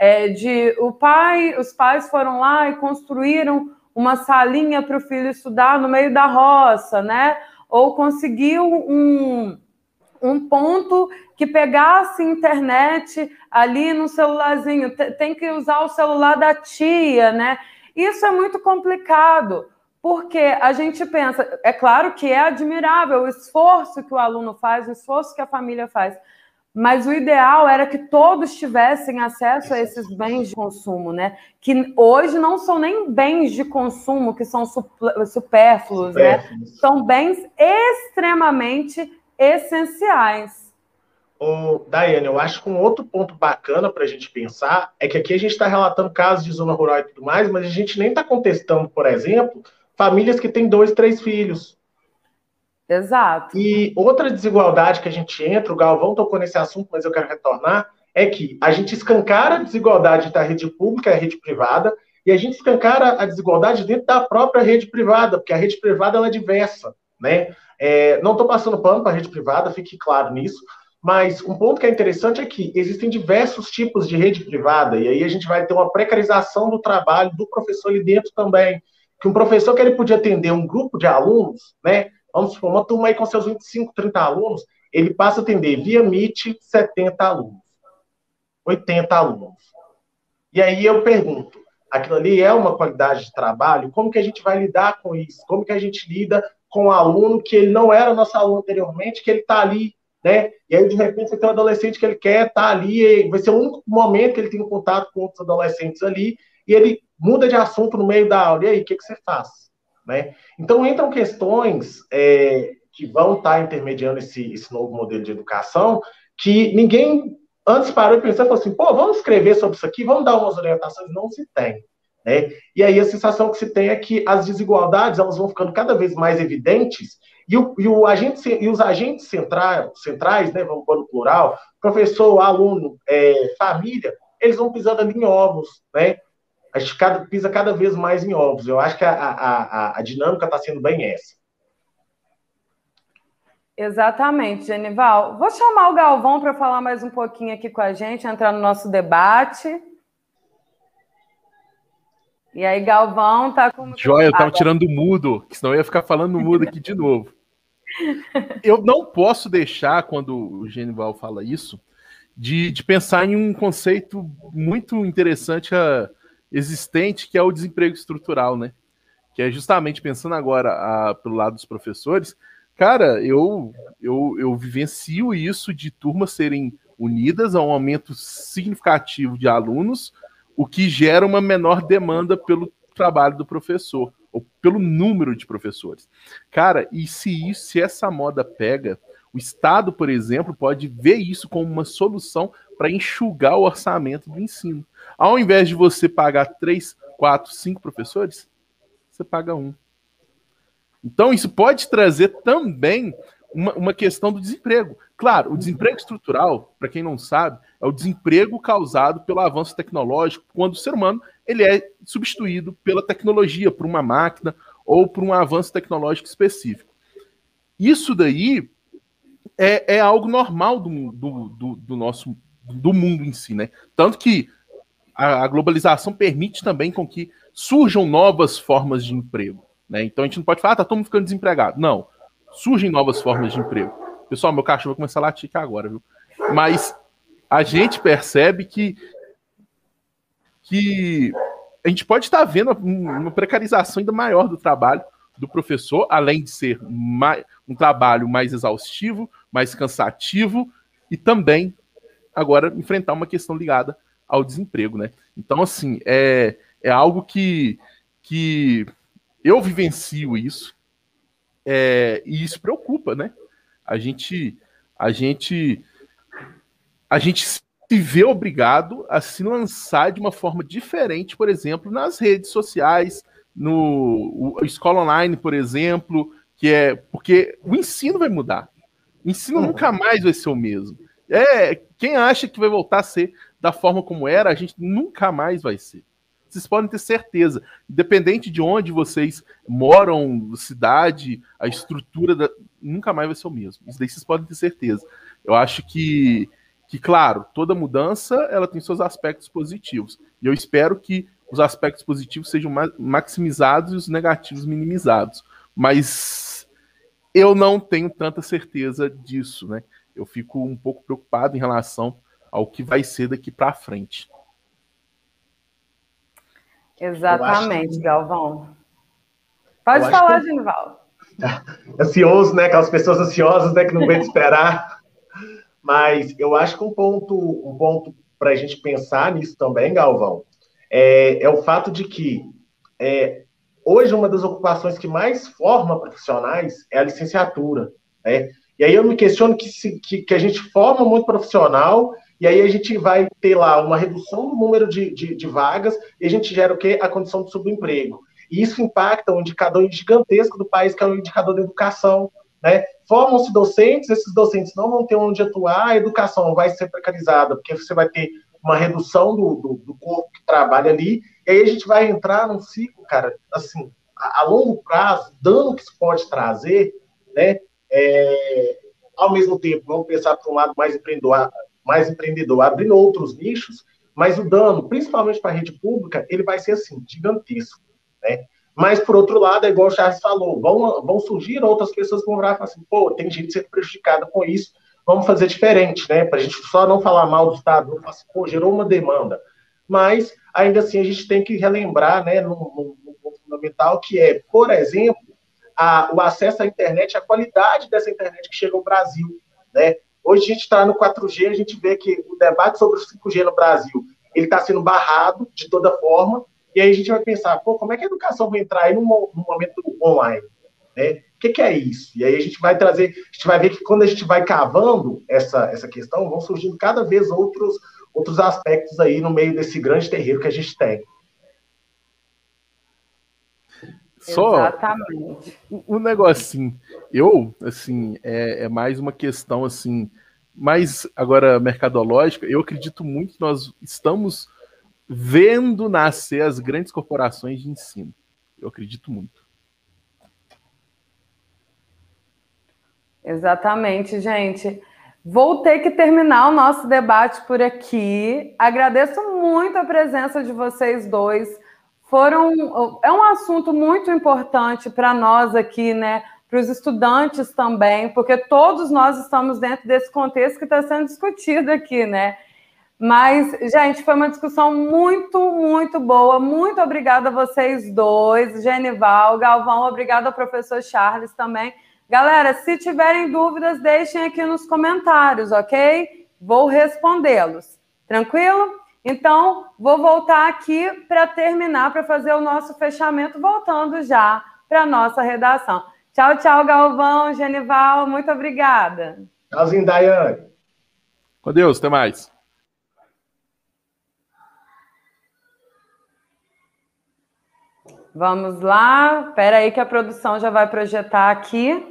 Os pais foram lá e construíram uma salinha para o filho estudar no meio da roça, né? Ou conseguiu um ponto que pegasse internet ali no celularzinho, tem que usar o celular da tia, né? Isso é muito complicado, porque a gente pensa, é claro que é admirável o esforço que o aluno faz, o esforço que a família faz, mas o ideal era que todos tivessem acesso a esses bens de consumo, né? Que hoje não são nem bens de consumo, que são supérfluos, né? São bens extremamente essenciais. Daiane, eu acho que um outro ponto bacana para a gente pensar é que aqui a gente está relatando casos de zona rural e tudo mais, mas a gente nem está contestando, por exemplo, famílias que têm 2, 3 filhos. Exato. E outra desigualdade que a gente entra, o Galvão tocou nesse assunto, mas eu quero retornar, é que a gente escancara a desigualdade da rede pública e a rede privada, e a gente escancara a desigualdade dentro da própria rede privada, porque a rede privada ela é diversa, né? Não estou passando pano para a rede privada, fique claro nisso, mas um ponto que é interessante é que existem diversos tipos de rede privada, e aí a gente vai ter uma precarização do trabalho do professor ali dentro também, que um professor que ele podia atender um grupo de alunos, né? Vamos supor, uma turma aí com seus 25, 30 alunos, ele passa a atender via Meet 70 alunos, 80 alunos. E aí eu pergunto, aquilo ali é uma qualidade de trabalho? Como que a gente vai lidar com isso? Como que a gente lida com um aluno que ele não era nosso aluno anteriormente, que ele está ali, né? E aí, de repente, você tem um adolescente que ele quer estar ali, vai ser o único momento que ele tem contato com outros adolescentes ali, e ele muda de assunto no meio da aula. E aí, o que você faz? Né? Então, entram questões que vão estar intermediando esse novo modelo de educação, que ninguém antes parou e pensou, falou assim, vamos escrever sobre isso aqui, vamos dar umas orientações, não se tem. Né? E aí a sensação que se tem é que as desigualdades elas vão ficando cada vez mais evidentes, e os agentes centrais, né, vamos pôr no plural, professor, aluno, família, eles vão pisando ali em ovos, né? A gente pisa cada vez mais em ovos. Eu acho que a dinâmica está sendo bem essa. Exatamente, Genival. Vou chamar o Galvão para falar mais um pouquinho aqui com a gente, entrar no nosso debate. E aí, Galvão, tá com... Joia, eu tava tirando o mudo, senão eu ia ficar falando mudo aqui de novo. Eu não posso deixar, quando o Genival fala isso, de pensar em um conceito muito interessante existente, que é o desemprego estrutural, né? Que é justamente, pensando agora pelo lado dos professores, cara, eu vivencio isso de turmas serem unidas a um aumento significativo de alunos, o que gera uma menor demanda pelo trabalho do professor, ou pelo número de professores. Cara, e se essa moda pega, o Estado, por exemplo, pode ver isso como uma solução para enxugar o orçamento do ensino. Ao invés de você pagar 3, 4, 5 professores, você paga 1. Então, isso pode trazer também uma questão do desemprego. Claro, o desemprego estrutural, para quem não sabe, é o desemprego causado pelo avanço tecnológico, quando o ser humano ele é substituído pela tecnologia, por uma máquina ou por um avanço tecnológico específico. Isso daí é algo normal do mundo em si, né? Tanto que a globalização permite também com que surjam novas formas de emprego, né? Então a gente não pode falar, tá todo mundo ficando desempregado. Não, surgem novas formas de emprego. Pessoal, meu cachorro vai começar a latir aqui agora, viu? Mas a gente percebe que a gente pode estar vendo uma precarização ainda maior do trabalho do professor, além de ser um trabalho mais exaustivo, mais cansativo, e também, agora, enfrentar uma questão ligada ao desemprego, né? Então, assim, é algo que eu vivencio isso, e isso preocupa, né? A gente se vê obrigado a se lançar de uma forma diferente, por exemplo, nas redes sociais, no escola online, por exemplo, porque o ensino vai mudar. O ensino nunca mais vai ser o mesmo. Quem acha que vai voltar a ser da forma como era, a gente nunca mais vai ser. Vocês podem ter certeza. Independente de onde vocês moram, cidade, a estrutura nunca mais vai ser o mesmo. Isso daí vocês podem ter certeza. Eu acho que claro, toda mudança ela tem seus aspectos positivos. E eu espero que os aspectos positivos sejam maximizados e os negativos minimizados. Mas eu não tenho tanta certeza disso, né? Eu fico um pouco preocupado em relação ao que vai ser daqui para frente. Exatamente, Galvão. Pode falar, Genivaldo. Ansioso, né? Aquelas pessoas ansiosas, né? Que não aguentam esperar. Mas eu acho que um ponto para a gente pensar nisso também, Galvão, é o fato de que hoje uma das ocupações que mais forma profissionais é a licenciatura, né? E aí eu me questiono que a gente forma muito profissional e aí a gente vai ter lá uma redução do número de vagas e a gente gera o quê? A condição de subemprego. E isso impacta um indicador gigantesco do país, que é o indicador da educação, né? Formam-se docentes, esses docentes não vão ter onde atuar, a educação vai ser precarizada, porque você vai ter uma redução do corpo que trabalha ali, e aí a gente vai entrar num ciclo, cara, assim, a longo prazo, dano que isso pode trazer, né? Ao mesmo tempo, vamos pensar por um lado mais empreendedor, abrindo outros nichos, mas o dano, principalmente para a rede pública, ele vai ser, assim, gigantesco, né? Mas, por outro lado, é igual o Charles falou, vão surgir outras pessoas que vão virar e falar assim, pô, tem gente sendo prejudicada com isso, vamos fazer diferente, né? Para a gente só não falar mal do Estado, não falar assim, pô, gerou uma demanda. Mas, ainda assim, a gente tem que relembrar, né, num ponto fundamental, que é, por exemplo, o acesso à internet, a qualidade dessa internet que chega ao Brasil, né? Hoje a gente está no 4G, a gente vê que o debate sobre o 5G no Brasil, ele está sendo barrado de toda forma, e aí a gente vai pensar, pô, como é que a educação vai entrar aí num momento online, né? O que é isso? E aí a gente vai ver que quando a gente vai cavando essa questão, vão surgindo cada vez outros aspectos aí no meio desse grande terreiro que a gente tem. Só exatamente. Um negocinho. Eu, assim, é mais uma questão, assim, mais agora mercadológica. Eu acredito muito que nós estamos vendo nascer as grandes corporações de ensino. Eu acredito muito. Exatamente, gente. Vou ter que terminar o nosso debate por aqui. Agradeço muito a presença de vocês dois. É um assunto muito importante para nós aqui, né? Para os estudantes também, porque todos nós estamos dentro desse contexto que está sendo discutido aqui, né? Mas, gente, foi uma discussão muito, muito boa. Muito obrigada a vocês dois, Genival, Galvão, obrigada ao professor Charles também. Galera, se tiverem dúvidas, deixem aqui nos comentários, ok? Vou respondê-los. Tranquilo? Então, vou voltar aqui para terminar, para fazer o nosso fechamento, voltando já para a nossa redação. Tchau, tchau, Galvão, Genival, muito obrigada. Tchauzinho, Daiane. Com Deus, até mais. Vamos lá. Espera aí que a produção já vai projetar aqui.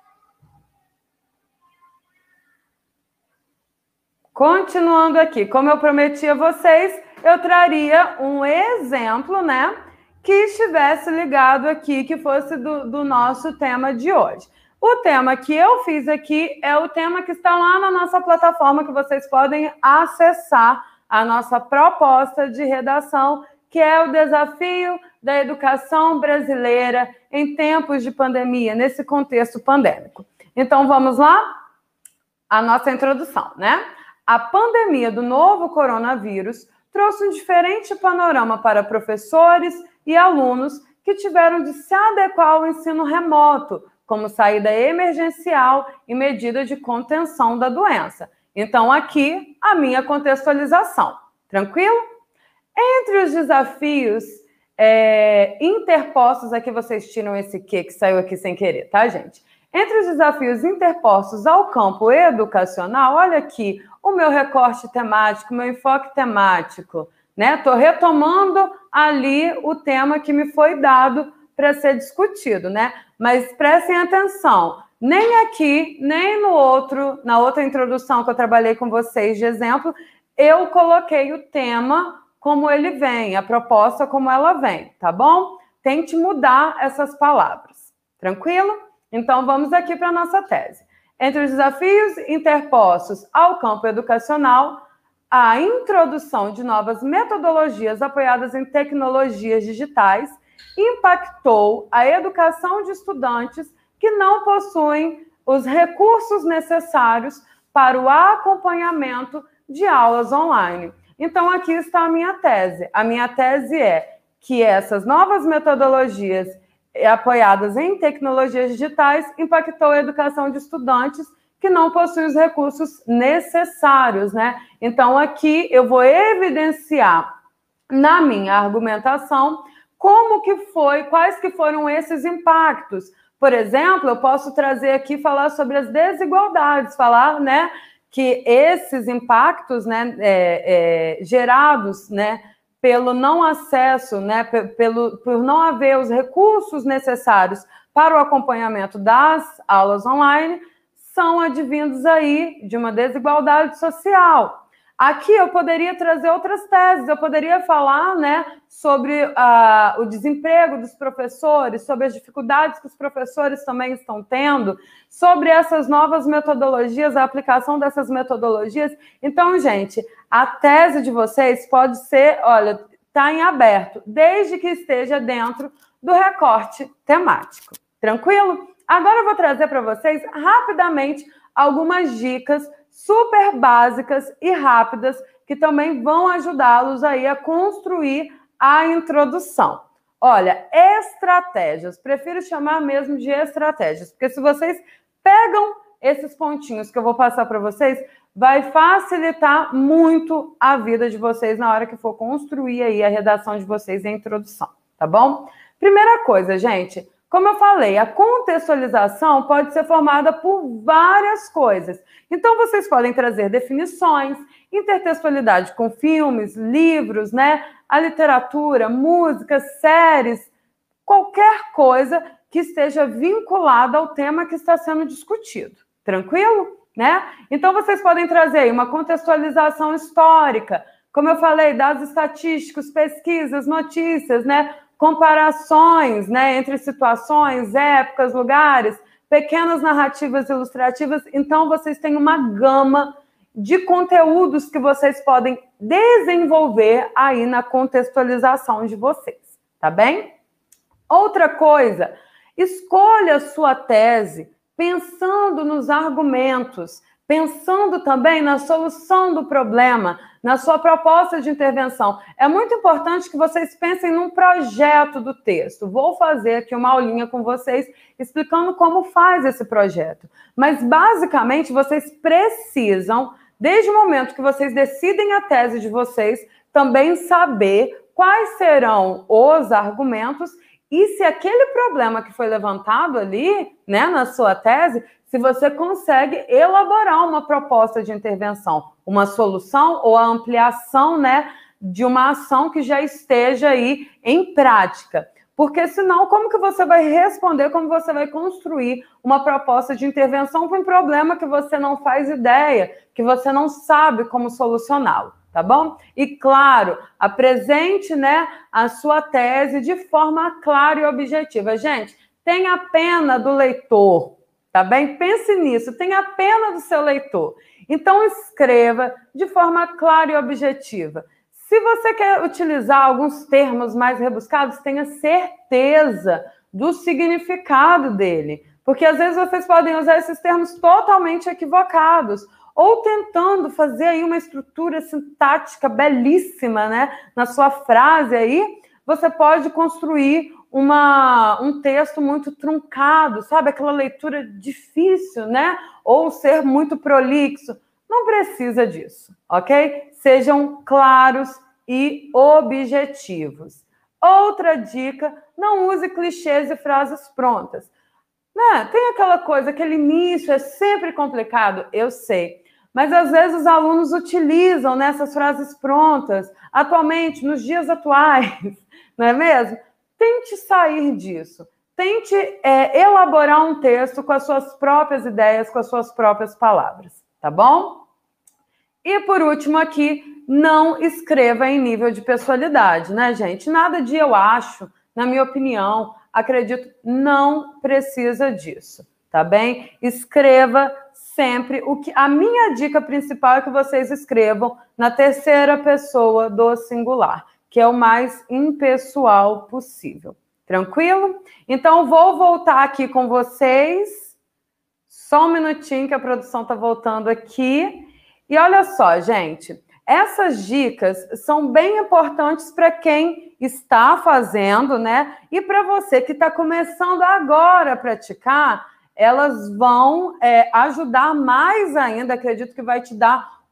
Continuando aqui, como eu prometi a vocês, eu traria um exemplo, né, que estivesse ligado aqui, que fosse do nosso tema de hoje. O tema que eu fiz aqui é o tema que está lá na nossa plataforma, que vocês podem acessar a nossa proposta de redação, que é o desafio da educação brasileira em tempos de pandemia, nesse contexto pandêmico. Então, vamos lá? A nossa introdução, né? A pandemia do novo coronavírus trouxe um diferente panorama para professores e alunos que tiveram de se adequar ao ensino remoto, como saída emergencial e medida de contenção da doença. Então, aqui, a minha contextualização. Tranquilo? Entre os desafios interpostos, aqui vocês tiram esse que saiu aqui sem querer, tá, gente? Entre os desafios interpostos ao campo educacional, olha aqui o meu recorte temático, meu enfoque temático, né? Estou retomando ali o tema que me foi dado para ser discutido, né? Mas prestem atenção, nem aqui, nem na outra introdução que eu trabalhei com vocês de exemplo, eu coloquei o tema como ele vem, a proposta como ela vem, tá bom? Tente mudar essas palavras, tranquilo? Então, vamos aqui para a nossa tese. Entre os desafios interpostos ao campo educacional, a introdução de novas metodologias apoiadas em tecnologias digitais impactou a educação de estudantes que não possuem os recursos necessários para o acompanhamento de aulas online. Então, aqui está a minha tese. A minha tese é que essas novas metodologias apoiadas em tecnologias digitais impactou a educação de estudantes que não possuem os recursos necessários, né? Então, aqui eu vou evidenciar na minha argumentação quais que foram esses impactos. Por exemplo, eu posso trazer aqui falar sobre as desigualdades, falar, né, que esses impactos, né, gerados, né, pelo não acesso, né, por não haver os recursos necessários para o acompanhamento das aulas online, são advindos aí de uma desigualdade social. Aqui eu poderia trazer outras teses, eu poderia falar, né, sobre o desemprego dos professores, sobre as dificuldades que os professores também estão tendo, sobre essas novas metodologias, a aplicação dessas metodologias. Então, gente, a tese de vocês pode ser, olha, está em aberto, desde que esteja dentro do recorte temático. Tranquilo? Agora eu vou trazer para vocês rapidamente algumas dicas super básicas e rápidas que também vão ajudá-los aí a construir a introdução. Olha, estratégias, prefiro chamar mesmo de estratégias, porque se vocês pegam esses pontinhos que eu vou passar para vocês, vai facilitar muito a vida de vocês na hora que for construir aí a redação de vocês e a introdução, tá bom? Primeira coisa, gente, como eu falei, a contextualização pode ser formada por várias coisas. Então, vocês podem trazer definições, intertextualidade com filmes, livros, né? A literatura, músicas, séries, qualquer coisa que esteja vinculada ao tema que está sendo discutido. Tranquilo? Né? Então, vocês podem trazer aí uma contextualização histórica, como eu falei, dados estatísticos, pesquisas, notícias, né? Comparações, né, entre situações, épocas, lugares, pequenas narrativas ilustrativas. Então, vocês têm uma gama de conteúdos que vocês podem desenvolver aí na contextualização de vocês, tá bem? Outra coisa, escolha a sua tese pensando nos argumentos, pensando também na solução do problema, na sua proposta de intervenção. É muito importante que vocês pensem num projeto do texto. Vou fazer aqui uma aulinha com vocês explicando como faz esse projeto. Mas, basicamente, vocês precisam, desde o momento que vocês decidem a tese de vocês, também saber quais serão os argumentos e se aquele problema que foi levantado ali, né, na sua tese, se você consegue elaborar uma proposta de intervenção, uma solução ou a ampliação, né, de uma ação que já esteja aí em prática. Porque senão, como que você vai responder, como você vai construir uma proposta de intervenção para um problema que você não faz ideia, que você não sabe como solucioná-lo, tá bom? E, claro, apresente, né, a sua tese de forma clara e objetiva. Gente, tenha pena do leitor, tá bem? Pense nisso, tenha pena do seu leitor. Então, escreva de forma clara e objetiva. Se você quer utilizar alguns termos mais rebuscados, tenha certeza do significado dele. Porque, às vezes, vocês podem usar esses termos totalmente equivocados ou tentando fazer aí uma estrutura sintática belíssima, né, na sua frase aí, você pode construir um texto muito truncado, sabe? Aquela leitura difícil, né? Ou ser muito prolixo. Não precisa disso, ok? Sejam claros e objetivos. Outra dica, não use clichês e frases prontas. Né? Tem aquela coisa, aquele início é sempre complicado, eu sei. Mas às vezes os alunos utilizam nessas frases prontas, atualmente, nos dias atuais, não é mesmo? Tente sair disso. Tente elaborar um texto com as suas próprias ideias, com as suas próprias palavras, tá bom? E por último aqui, não escreva em nível de pessoalidade, né, gente? Nada de eu acho, na minha opinião, acredito, não precisa disso, tá bem? Escreva sempre a minha dica principal é que vocês escrevam na terceira pessoa do singular, que é o mais impessoal possível. Tranquilo? Então, vou voltar aqui com vocês. Só um minutinho que a produção está voltando aqui. E olha só, gente, essas dicas são bem importantes para quem está fazendo, né? E para você que está começando agora a praticar, elas vão ajudar mais ainda, acredito que vai te dar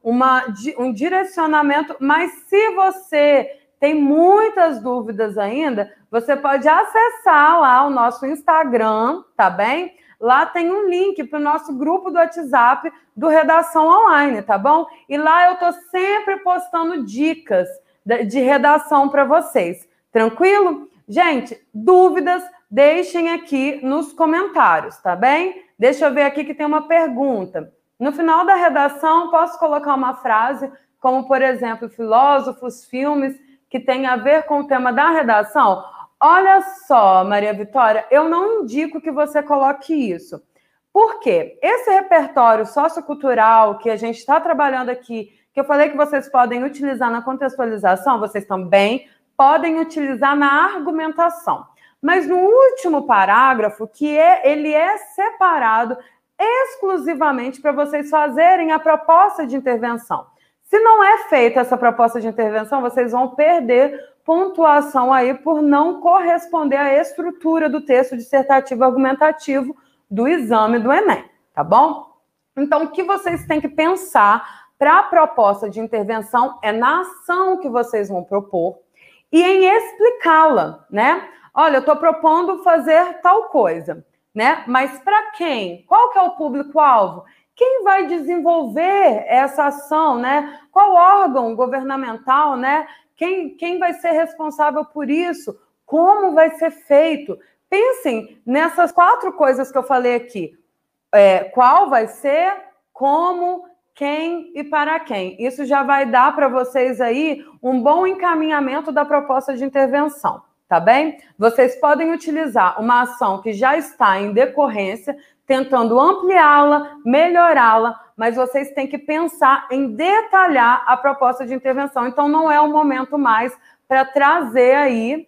um direcionamento, mas se você tem muitas dúvidas ainda, você pode acessar lá o nosso Instagram, tá bem? Lá tem um link para o nosso grupo do WhatsApp do Redação Online, tá bom? E lá eu tô sempre postando dicas de redação para vocês. Tranquilo? Gente, dúvidas, deixem aqui nos comentários, tá bem? Deixa eu ver aqui que tem uma pergunta. No final da redação, posso colocar uma frase, como, por exemplo, filósofos, filmes, que tem a ver com o tema da redação? Olha só, Maria Vitória, eu não indico que você coloque isso. Por quê? Esse repertório sociocultural que a gente está trabalhando aqui, que eu falei que vocês podem utilizar na contextualização, vocês também podem utilizar na argumentação. Mas no último parágrafo, ele é separado exclusivamente para vocês fazerem a proposta de intervenção. Se não é feita essa proposta de intervenção, vocês vão perder pontuação aí por não corresponder à estrutura do texto dissertativo argumentativo do exame do Enem, tá bom? Então, o que vocês têm que pensar para a proposta de intervenção é na ação que vocês vão propor e em explicá-la, né? Olha, eu estou propondo fazer tal coisa, né? Mas para quem? Qual que é o público-alvo? Quem vai desenvolver essa ação, né? Qual órgão governamental, né? Quem vai ser responsável por isso? Como vai ser feito? Pensem nessas 4 coisas que eu falei aqui. Qual vai ser, como, quem e para quem. Isso já vai dar para vocês aí um bom encaminhamento da proposta de intervenção, tá bem? Vocês podem utilizar uma ação que já está em decorrência, tentando ampliá-la, melhorá-la, mas vocês têm que pensar em detalhar a proposta de intervenção. Então, não é o momento mais para trazer aí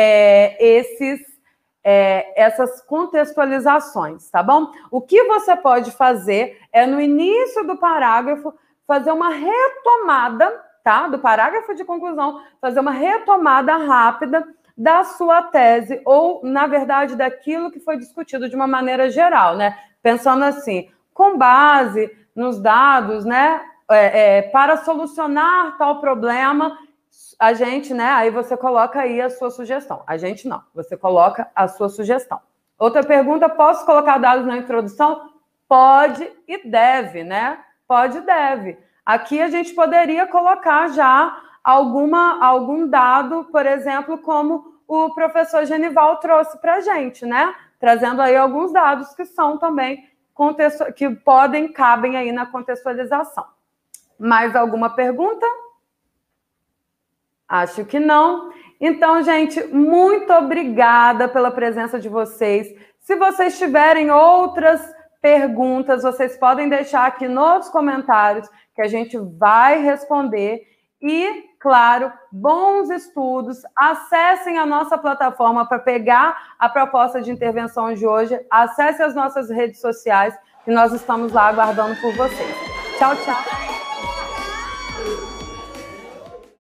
essas contextualizações, tá bom? O que você pode fazer é, no início do parágrafo, fazer uma retomada, tá? Do parágrafo de conclusão, fazer uma retomada rápida da sua tese, ou, na verdade, daquilo que foi discutido de uma maneira geral, né? Pensando assim, com base nos dados, né? Para solucionar tal problema, a gente, né? Aí você coloca aí a sua sugestão. A gente não, você coloca a sua sugestão. Outra pergunta, posso colocar dados na introdução? Pode e deve, né? Pode e deve. Aqui a gente poderia colocar já algum dado, por exemplo, como o professor Genival trouxe para a gente, né? Trazendo aí alguns dados que são também que cabem aí na contextualização. Mais alguma pergunta? Acho que não. Então, gente, muito obrigada pela presença de vocês. Se vocês tiverem outras perguntas, vocês podem deixar aqui nos comentários que a gente vai responder. E, claro, bons estudos. Acessem a nossa plataforma para pegar a proposta de intervenção de hoje. Acesse as nossas redes sociais e nós estamos lá aguardando por vocês. Tchau, tchau.